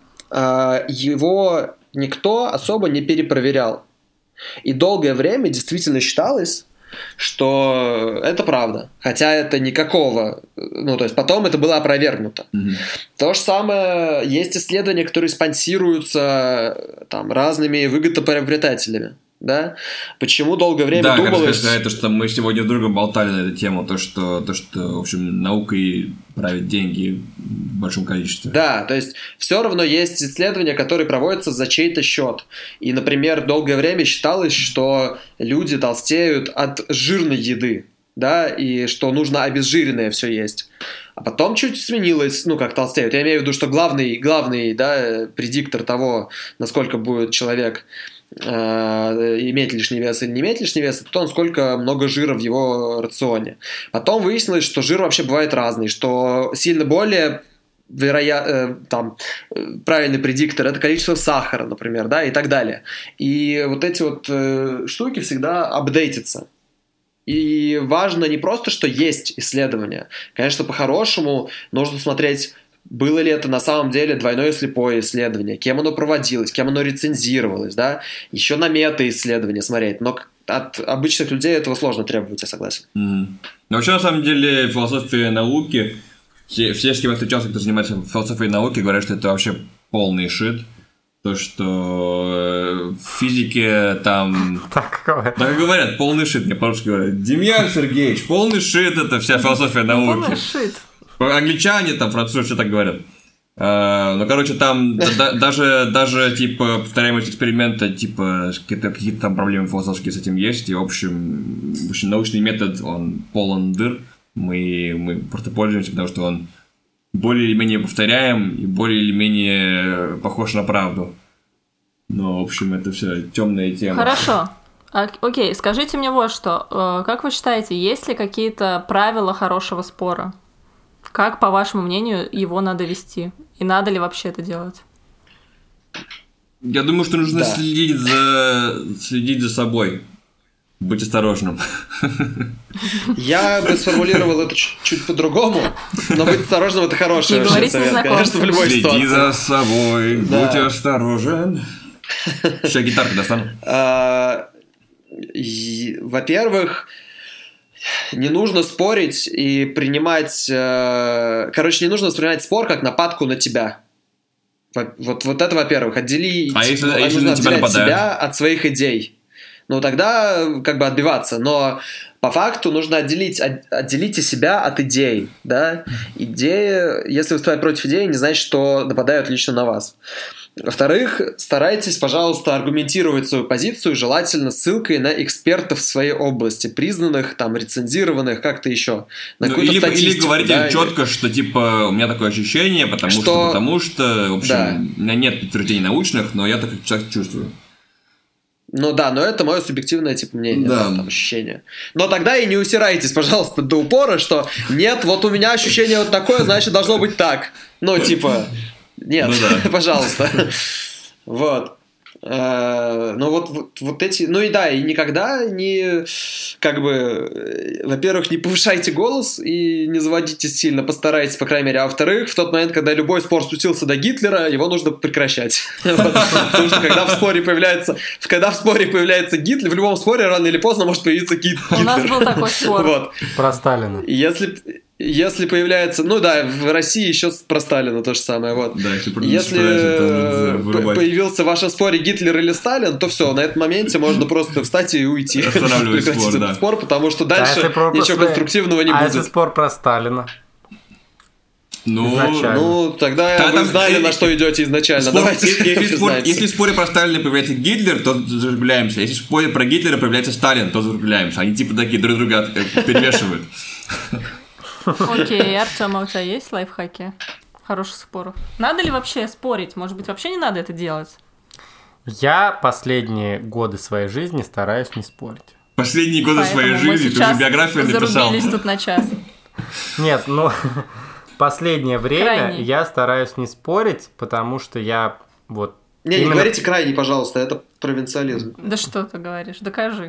его никто особо не перепроверял. И долгое время действительно считалось, что это правда. Хотя это никакого... Ну, то есть потом это было опровергнуто. Mm-hmm. То же самое... Есть исследования, которые спонсируются там, разными выгодоприобретателями. Да? Почему долгое время да, думалось... Да, это что мы сегодня с другом болтали на эту тему, то что, то, что в общем, наукой правят деньги в большом количестве. Да, то есть все равно есть исследования, которые проводятся за чей-то счет. И, например, долгое время считалось, что люди толстеют от жирной еды, да, и что нужно обезжиренное все есть. А потом чуть сменилось, ну, как толстеют. Я имею в виду, что главный, главный, да, предиктор того, насколько будет человек иметь лишний вес или не иметь лишний вес, это то, сколько много жира в его рационе. Потом выяснилось, что жир вообще бывает разный, что сильно более вероятно, там, правильный предиктор — это количество сахара, например, да, и так далее. И вот эти вот э, штуки всегда апдейтятся. И важно не просто, что есть исследования. Конечно, по-хорошему нужно смотреть, было ли это на самом деле двойное слепое исследование, кем оно проводилось, кем оно рецензировалось, да, еще на мета-исследования смотреть, но от обычных людей этого сложно требовать, я согласен. Mm-hmm. Но вообще, на самом деле, философия науки, все, все, с кем я встречался, кто занимается философией науки, говорят, что это вообще полный шит. То, что в физике там... Так, так и говорят, полный шит, мне по-русски говорят. Демьян Сергеевич, полный шит, это вся философия науки. Полный шит. Англичане, там, французы, все так говорят. Uh, ну, короче, там да, даже, даже, типа, повторяемость эксперимента, типа, какие-то, какие-то там проблемы философские с этим есть, и, в общем, в общем научный метод, он полон дыр, мы, мы просто пользуемся, потому что он более или менее повторяем и более или менее похож на правду. Но, в общем, это все темная тема. Хорошо. А, окей, скажите мне вот что. Как вы считаете, есть ли какие-то правила хорошего спора? Как, по вашему мнению, его надо вести? И надо ли вообще это делать? Я думаю, что нужно да. следить за следить за собой. Быть осторожным. Я бы сформулировал это чуть, чуть по-другому, но быть осторожным — это хороший вообще совет, конечно, в любой Следи ситуации. Следи за собой, да. будь осторожен. Сейчас гитарку достану. Во-первых, не нужно спорить и принимать... Э, короче, не нужно воспринимать спор как нападку на тебя. Вот, вот, вот это, во-первых. Отдели, а если, ну, если нужно на тебя отделять нападают? себя от своих идей. Ну, тогда как бы отбиваться. Но по факту нужно отделить, от, отделите себя от идей. Да? Идеи, если выступать против идеи, не значит, что нападают лично на вас. Во-вторых, старайтесь, пожалуйста, аргументировать свою позицию, желательно ссылкой на экспертов в своей области, признанных, там, рецензированных, как-то еще. На ну, или, или говорите да, четко, или... что типа у меня такое ощущение, потому что, что потому что, в общем, да. у меня нет подтверждений научных, но я так, так чувствую. Ну да, но это мое субъективное типа мнение, да. Да, там, ощущение. Но тогда и не усирайтесь, пожалуйста, до упора, что нет, вот у меня ощущение вот такое, значит, должно быть так. Ну, типа... Нет, ну, да. пожалуйста. Вот. Ну вот, вот, вот эти... Ну и да, и никогда не... Как бы... Во-первых, не повышайте голос и не заводитесь сильно, постарайтесь, по крайней мере. А во-вторых, в тот момент, когда любой спор спустился до Гитлера, его нужно прекращать. Потому что когда в споре появляется... Когда в споре появляется Гитлер, в любом споре рано или поздно может появиться Гитлер. У нас был такой спор. Про Сталина. Если... Если появляется... Ну да, в России еще про Сталина то же самое. Вот. Да, если если появился в вашем споре Гитлер или Сталин, то все, на этом моменте можно просто встать и уйти. Прекратить спор, этот да. спор, потому что дальше а ничего про... конструктивного не а будет. А если спор про Сталина? Ну, ну тогда да, вы там, знали, и, на что идете изначально. Спор, Давайте если, спор, если в споре про Сталина появляется Гитлер, то закругляемся. Если в споре про Гитлера появляется Сталин, то закругляемся. Они типа такие друг друга перевешивают. Окей, Артём, а у тебя есть лайфхаки хороших споров? Надо ли вообще спорить? Может быть, вообще не надо это делать? Я последние годы своей жизни стараюсь не спорить. Последние годы Поэтому своей жизни? Ты уже биографию написал. Зарубились тут на час. Нет, ну, последнее время крайний. Я стараюсь не спорить, потому что я вот... Не, именно... не говорите крайний, пожалуйста, это провинциализм. Да что ты говоришь, докажи.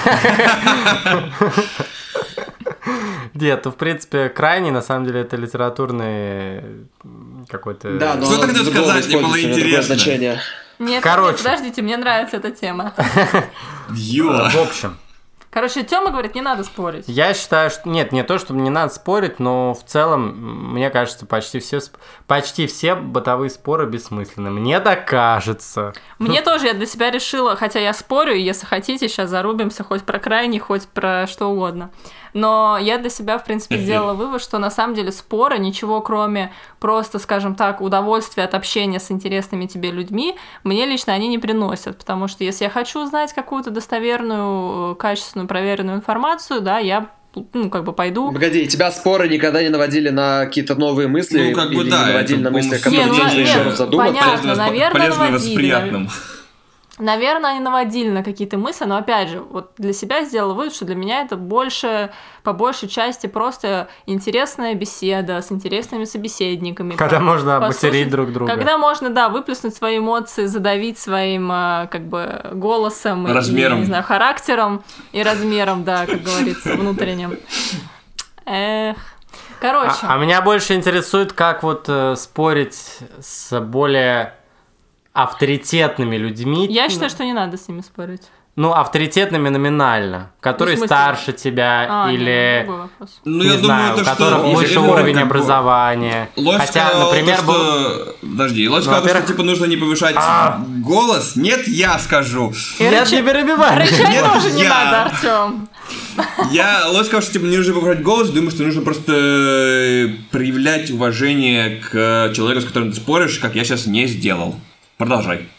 Нет, ну, в принципе, крайний, на самом деле, это литературный какой-то... Да, но что ты хотел сказать, мне было интересно. Нет, Короче. нет, подождите, мне нравится эта тема. В общем... Короче, Тёма говорит, не надо спорить. Я считаю, что... Нет, не то, чтобы не надо спорить, но в целом, мне кажется, почти все, почти все бытовые споры бессмысленны. Мне так кажется. Мне тоже, я для себя решила, хотя я спорю, и если хотите, сейчас зарубимся хоть про крайний, хоть про что угодно. Но я для себя, в принципе, сделала вывод, что на самом деле споры, ничего кроме просто, скажем так, удовольствия от общения с интересными тебе людьми, мне лично они не приносят. Потому что если я хочу узнать какую-то достоверную, качественную, проверенную информацию, да, я ну, как бы пойду... Погоди, тебя споры никогда не наводили на какие-то новые мысли? Ну, как бы, или да, не наводили на мысли, которые ну, нужно еще раз задуматься? Понятно, наверное, наводили. Наверное, они наводили на какие-то мысли, но, опять же, вот для себя сделала вывод, что для меня это больше, по большей части, просто интересная беседа с интересными собеседниками. Когда можно обматерить друг друга. Когда можно, да, выплеснуть свои эмоции, задавить своим, как бы, голосом. Размером. И, не знаю, характером и размером, да, как говорится, внутренним. Эх... Короче. А, а меня больше интересует, как вот э, спорить с более... авторитетными людьми. Я считаю, что не надо с ними спорить. Ну, авторитетными номинально, которые ну, старше тебя а, или, нет, ну, не я знаю, думаю, у которых что выше уровень как образования. Ложь Хотя, сказала, например, то, был... что... Подожди, Ложь ну, сказала, что типа нужно не повышать а... голос. Нет, я скажу. И Нет, рычать... не перебивай. Рычать Нет, тоже я. не надо, Артём. Я Лось сказал, что типа, не нужно повышать голос, думаю, что нужно просто проявлять уважение к человеку, с которым ты споришь, как я сейчас не сделал. Продолжай.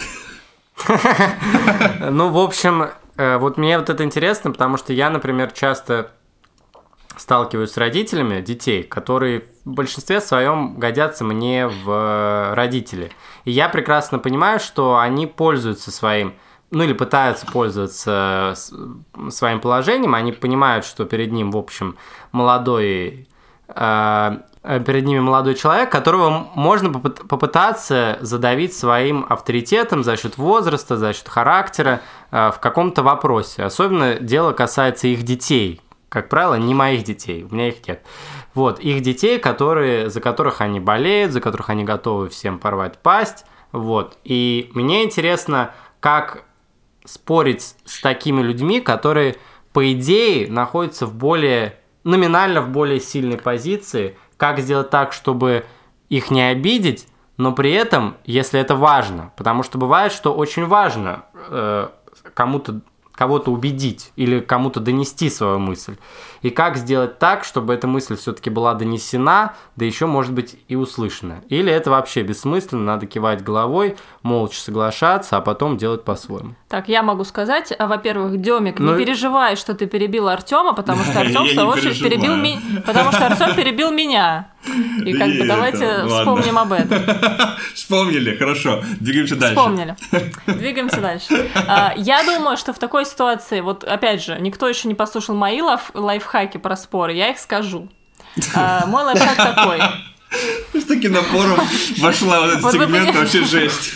Ну, в общем, вот мне вот это интересно, потому что я, например, часто сталкиваюсь с родителями детей, которые в большинстве своем годятся мне в родители. И я прекрасно понимаю, что они пользуются своим, ну или пытаются пользоваться своим положением, они понимают, что перед ним, в общем, молодой, э, перед ними молодой человек, которого можно попытаться задавить своим авторитетом за счет возраста, за счет характера э, в каком-то вопросе. Особенно дело касается их детей. Как правило, не моих детей, у меня их нет. Вот, их детей, которые, за которых они болеют, за которых они готовы всем порвать пасть. Вот, и мне интересно, как спорить с такими людьми, которые, по идее, находятся в более, номинально в более сильной позиции, как сделать так, чтобы их не обидеть, но при этом, если это важно, потому что бывает, что очень важно э, кому-то, кого-то убедить или кому-то донести свою мысль. И как сделать так, чтобы эта мысль все-таки была донесена, да еще, может быть, и услышана. Или это вообще бессмысленно, надо кивать головой, молча соглашаться, а потом делать по-своему. Так, я могу сказать, во-первых, Демик, ну... не переживай, что ты перебил Артема, потому что Артем, в свою очередь, перебил меня. Потому что Артем перебил меня. И как бы давайте вспомним об этом. Вспомнили, хорошо. Двигаемся дальше. Вспомнили. Двигаемся дальше. Я думаю, что в такой ситуации, вот опять же, никто еще не послушал мои лайфхаки про споры, я их скажу. Мой лайфхак такой. С таким напором вошла в этот сегмент, вообще жесть.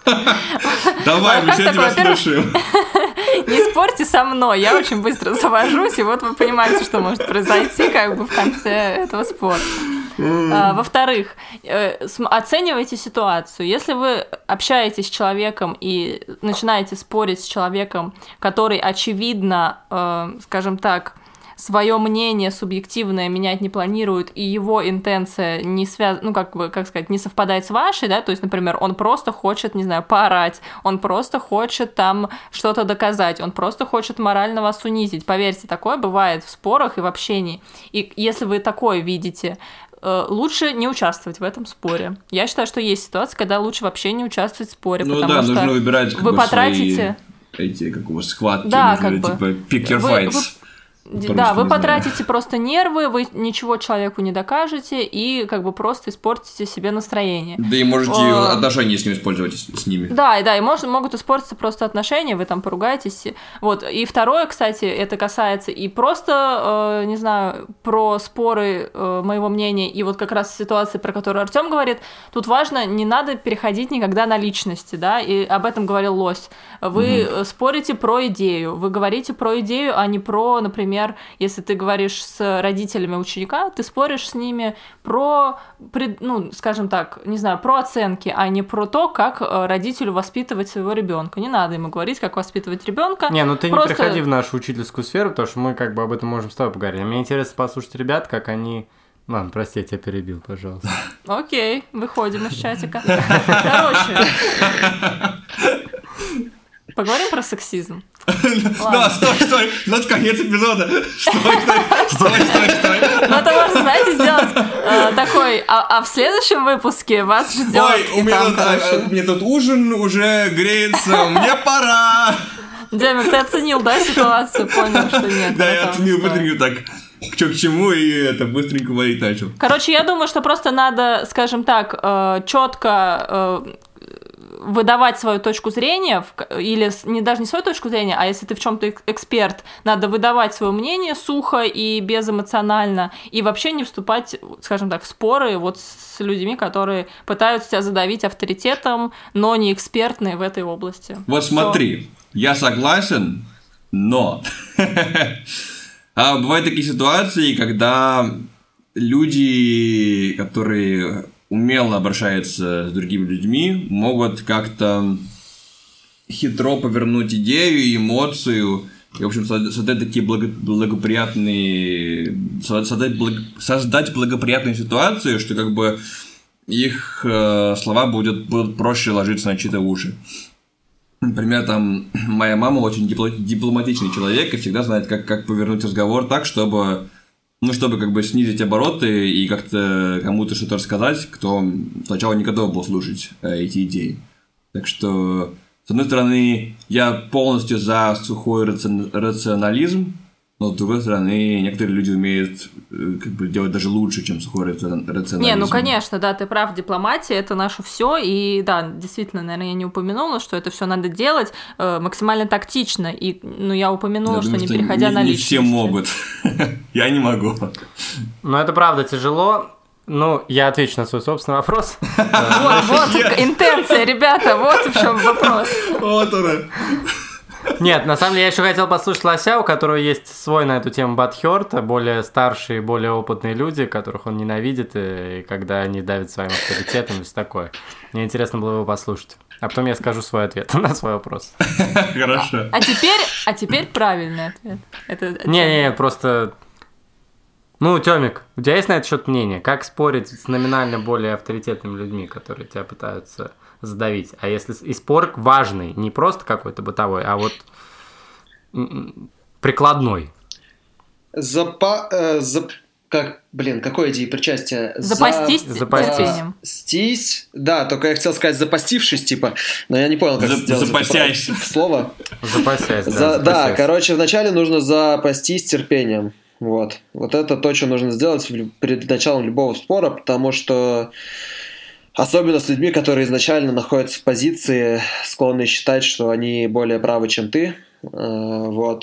Давай, мы сейчас тебя слушаем. Не спорьте со мной, я очень быстро завожусь, и вот вы понимаете, что может произойти как бы в конце этого спора. А, во-вторых, э, оценивайте ситуацию. Если вы общаетесь с человеком и начинаете спорить с человеком, который, очевидно, э, скажем так, свое мнение субъективное менять не планирует, и его интенция не связ... ну, как бы, как сказать, не совпадает с вашей, да, то есть, например, он просто хочет, не знаю, поорать, он просто хочет там что-то доказать, он просто хочет морально вас унизить. Поверьте, такое бывает в спорах и в общении. И если вы такое видите, лучше не участвовать в этом споре. Я считаю, что есть ситуации, когда лучше вообще не участвовать в споре, ну, потому да, что нужно выбирать, вы потратите... Свои, эти, как у вас, схватки, да, нужно, как бы, типа, pick your вы, fights. Вы... Да, вы потратите просто нервы, вы ничего человеку не докажете и как бы просто испортите себе настроение. Да и можете О... отношения с ним использовать, с ними. Да, да, и может, могут испортиться просто отношения, вы там поругаетесь. Вот. И второе, кстати, это касается и просто, э, не знаю, про споры э, моего мнения, и вот как раз ситуации, про которую Артём говорит, тут важно, не надо переходить никогда на личности, да, и об этом говорил Лось. Вы угу. спорите про идею, вы говорите про идею, а не про, например, если ты говоришь с родителями ученика, ты споришь с ними про, ну, скажем так, не знаю, про оценки, а не про то, как родителю воспитывать своего ребенка. Не надо ему говорить, как воспитывать ребенка. Не, ну ты просто... не приходи в нашу учительскую сферу, потому что мы как бы об этом можем с тобой поговорить. Мне интересно послушать ребят, как они... Ладно, прости, я тебя перебил, пожалуйста. Окей, выходим из чатика. Короче... Поговорим про сексизм. Да, стой, стой, ну это конец эпизода. Стой, стой, стой, стой, стой. Ну это можно, знаете, сделать э, такой, а, а в следующем выпуске вас ждет. Ой, у меня, там, тут, а, у меня тут ужин уже греется, мне пора. Демик, ты оценил, да, ситуацию, понял, что нет? Да, я оценил, быстренько так, что к чему, и это быстренько варить начал. Короче, я думаю, что просто надо, скажем так, э, четко... Э, выдавать свою точку зрения, или не, даже не свою точку зрения, а если ты в чем-то эксперт, надо выдавать свое мнение сухо и безэмоционально, и вообще не вступать, скажем так, в споры вот с людьми, которые пытаются тебя задавить авторитетом, но не экспертные в этой области. Вот Всё. Смотри, я согласен, но а бывают такие ситуации, когда люди, которые умело обращаются с другими людьми, могут как-то хитро повернуть идею и эмоцию, и, в общем, создать такие благо- благоприятные... Создать, благо, создать благоприятную ситуацию, что как бы их э, слова будут, будут проще ложиться на чьи-то уши. Например, там, моя мама очень дипломатичный человек и всегда знает, как, как повернуть разговор так, чтобы, ну, чтобы как бы снизить обороты и как-то кому-то что-то рассказать, кто сначала не готов был слушать э, эти идеи. Так что, с одной стороны, я полностью за сухой раци... рационализм, но с другой стороны, некоторые люди умеют как бы делать даже лучше, чем сухой рационализм. Не, ну конечно, да, ты прав, дипломатия это наше все, и да, действительно, наверное, я не упомянула, что это все надо делать э, максимально тактично, и ну я упомянула, я что думаю, не что переходя не, на не личности. все могут, я не могу. Ну это правда тяжело. Ну, я отвечу на свой собственный вопрос. Вот, вот интенция, ребята, вот в чем вопрос. Вот он. Нет, на самом деле я еще хотел послушать Лося, у которого есть свой на эту тему бадхёрт, более старшие, более опытные люди, которых он ненавидит, и когда они давят своим авторитетом и все такое. Мне интересно было его послушать. А потом я скажу свой ответ на свой вопрос. Хорошо. А теперь, а теперь правильный ответ. Не-не, просто... Ну, Тёмик, у тебя есть на этот счет мнение? Как спорить с номинально более авторитетными людьми, которые тебя пытаются задавить? А если и спор важный, не просто какой-то бытовой, а вот прикладной? Запа... Э, зап... Как, блин, какое деепричастие? Запастись терпением. Запастись, да, только я хотел сказать запастившись, типа, но я не понял, как сделать Запасясь. Слово. Запасясь, да. За... Да, короче, вначале нужно запастись терпением. Вот. Вот это то, что нужно сделать перед началом любого спора, потому что особенно с людьми, которые изначально находятся в позиции, склонны считать, что они более правы, чем ты, вот,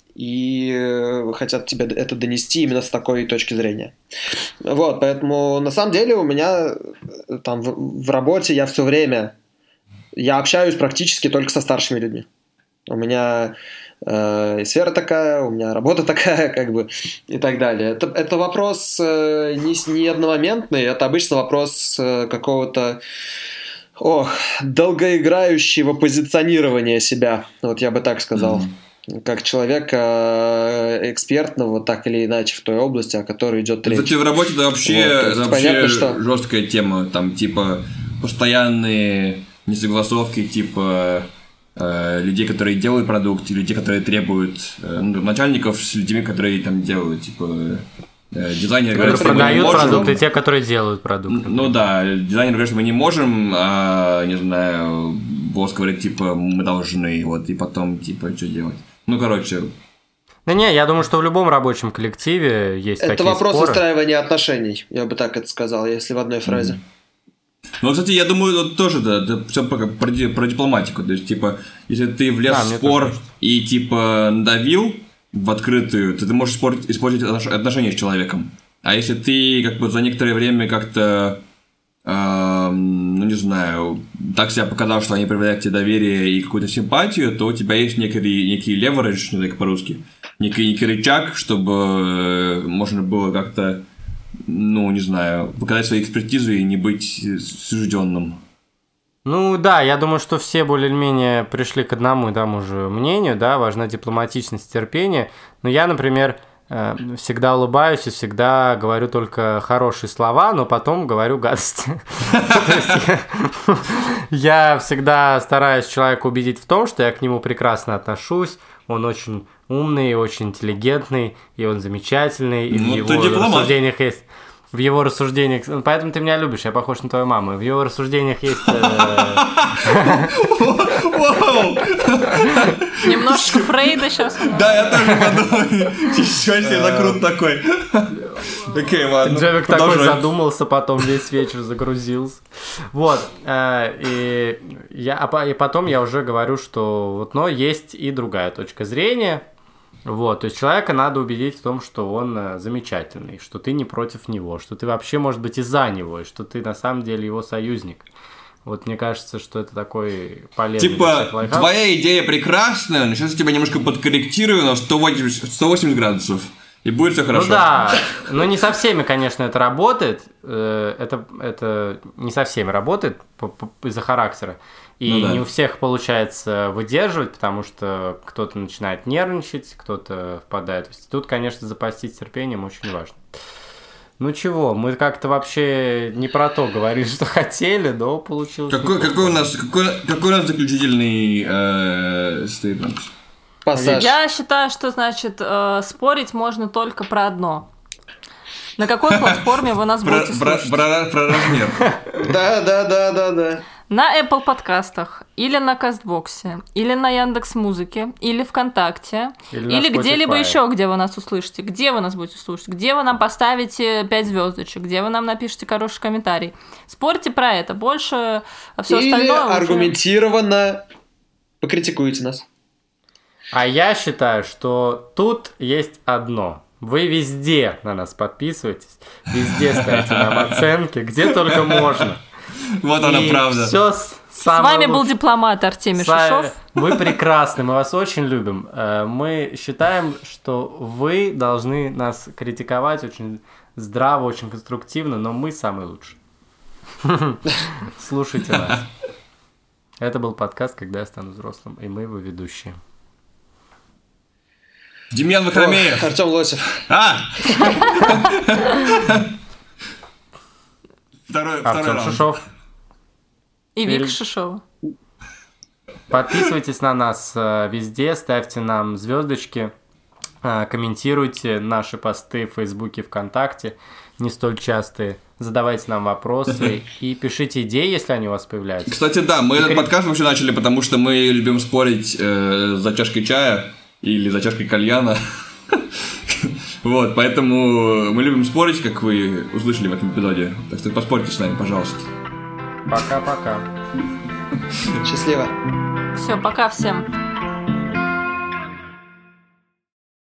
и хотят тебе это донести именно с такой точки зрения. Вот, поэтому на самом деле у меня там в, в работе я все время, я общаюсь практически только со старшими людьми. У меня э, сфера такая, у меня работа такая, как бы, и так далее. Это, это вопрос э, не, не одномоментный, это обычно вопрос э, какого-то ох, долгоиграющего позиционирования себя, вот я бы так сказал. Mm-hmm. Как человека экспертного, так или иначе, в той области, о которой идет речь. Кстати, в работе это вообще, вот, это вообще понятно, что... жесткая тема, там, типа, постоянные несогласовки, типа... людей, которые делают продукт, и людей, которые требуют ну, начальников с людьми, которые там делают, типа дизайнеры говорят, что продают мы продукт, и те, которые делают продукт. Ну да, дизайнеры говорят, что мы не можем, а, не знаю, босс говорит, типа, мы должны, вот, и потом, типа, что делать. Ну, короче... Да не, я думаю, что в любом рабочем коллективе есть это такие споры. Это вопрос выстраивания отношений, я бы так это сказал, если в одной фразе. Mm-hmm. Ну, кстати, я думаю, вот тоже, да, это все про, про, про дипломатику. То есть, типа, если ты влез да, в спор и, типа, надавил в открытую, то ты можешь испортить отношения с человеком. А если ты, как бы, за некоторое время как-то, э, ну, не знаю, так себя показал, что они проявляют тебе доверие и какую-то симпатию, то у тебя есть некий, некий leverage, ну, так по-русски, некий, некий рычаг, чтобы можно было как-то... ну, не знаю, показать свою экспертизу и не быть сужденным. Ну да, я думаю, что все более-менее пришли к одному и тому же мнению, да, важна дипломатичность, терпение. Но я, например, всегда улыбаюсь и всегда говорю только хорошие слова, но потом говорю гадости. Я всегда стараюсь человека убедить в том, что я к нему прекрасно отношусь, он очень умный, очень интеллигентный, и он замечательный, и ну, в его рассуждениях есть... В его рассуждениях... Поэтому ты меня любишь, я похож на твою маму. В его рассуждениях есть... Немножко Фрейда сейчас. Да, я тоже подумал. Сейчас я закрут такой. Окей, ладно. Джевик такой задумался, потом весь вечер загрузился. Вот. И потом я уже говорю, что вот, но есть и другая точка зрения. Вот, то есть человека надо убедить в том, что он замечательный, что ты не против него, что ты вообще, может быть, и за него, и что ты на самом деле его союзник. Вот мне кажется, что это такой полезный типа, твоя идея прекрасная, но сейчас я тебя немножко подкорректирую на сто восемьдесят градусов, и будет все хорошо. Ну да, но не со всеми, конечно, это работает, это, это не со всеми работает из-за характера. И ну, да. не у всех получается выдерживать, потому что кто-то начинает нервничать, кто-то впадает в институт. Конечно, запастись терпением очень важно. Ну чего, мы как-то вообще не про то говорили, что хотели, но получилось. Какой, какой, у, нас, какой, какой у нас заключительный э, стейтмент? Пассаж. Я считаю, что, значит, э, спорить можно только про одно. На какой платформе вы нас будете слушать? Про размер. Да, да, да, да, да. На Apple подкастах, или на Кастбоксе, или на Яндекс.Музыке, или ВКонтакте, или, или где-либо еще, где вы нас услышите. Где вы нас будете слушать? Где вы нам поставите пять звездочек? Где вы нам напишите хороший комментарий? Спорьте про это. Больше все или остальное Или аргументированно уже... покритикуйте нас. А я считаю, что тут есть одно. Вы везде на нас подписывайтесь, везде ставите нам оценки, где только можно. Вот она правда. Все с вами был дипломат Артемий Шишов. Вы прекрасны, мы вас очень любим. Мы считаем, что вы должны нас критиковать очень здраво, очень конструктивно, но мы самые лучшие. Слушайте нас. Это был подкаст «Когда я стану взрослым», и мы его ведущие. Демьян Вахромеев. Артем Лосев. А! Второй, Артем Шишов. И Вика Шишова. Подписывайтесь на нас везде, ставьте нам звездочки, комментируйте наши посты в Фейсбуке, ВКонтакте, не столь частые. Задавайте нам вопросы и пишите идеи, если они у вас появляются. Кстати, да, мы и этот подкаст вообще начали, потому что мы любим спорить э, за чашкой чая или за чашкой кальяна. Вот, поэтому мы любим спорить, как вы услышали в этом эпизоде. Так что поспорьте с нами, пожалуйста. Пока-пока. Счастливо. Все, пока всем.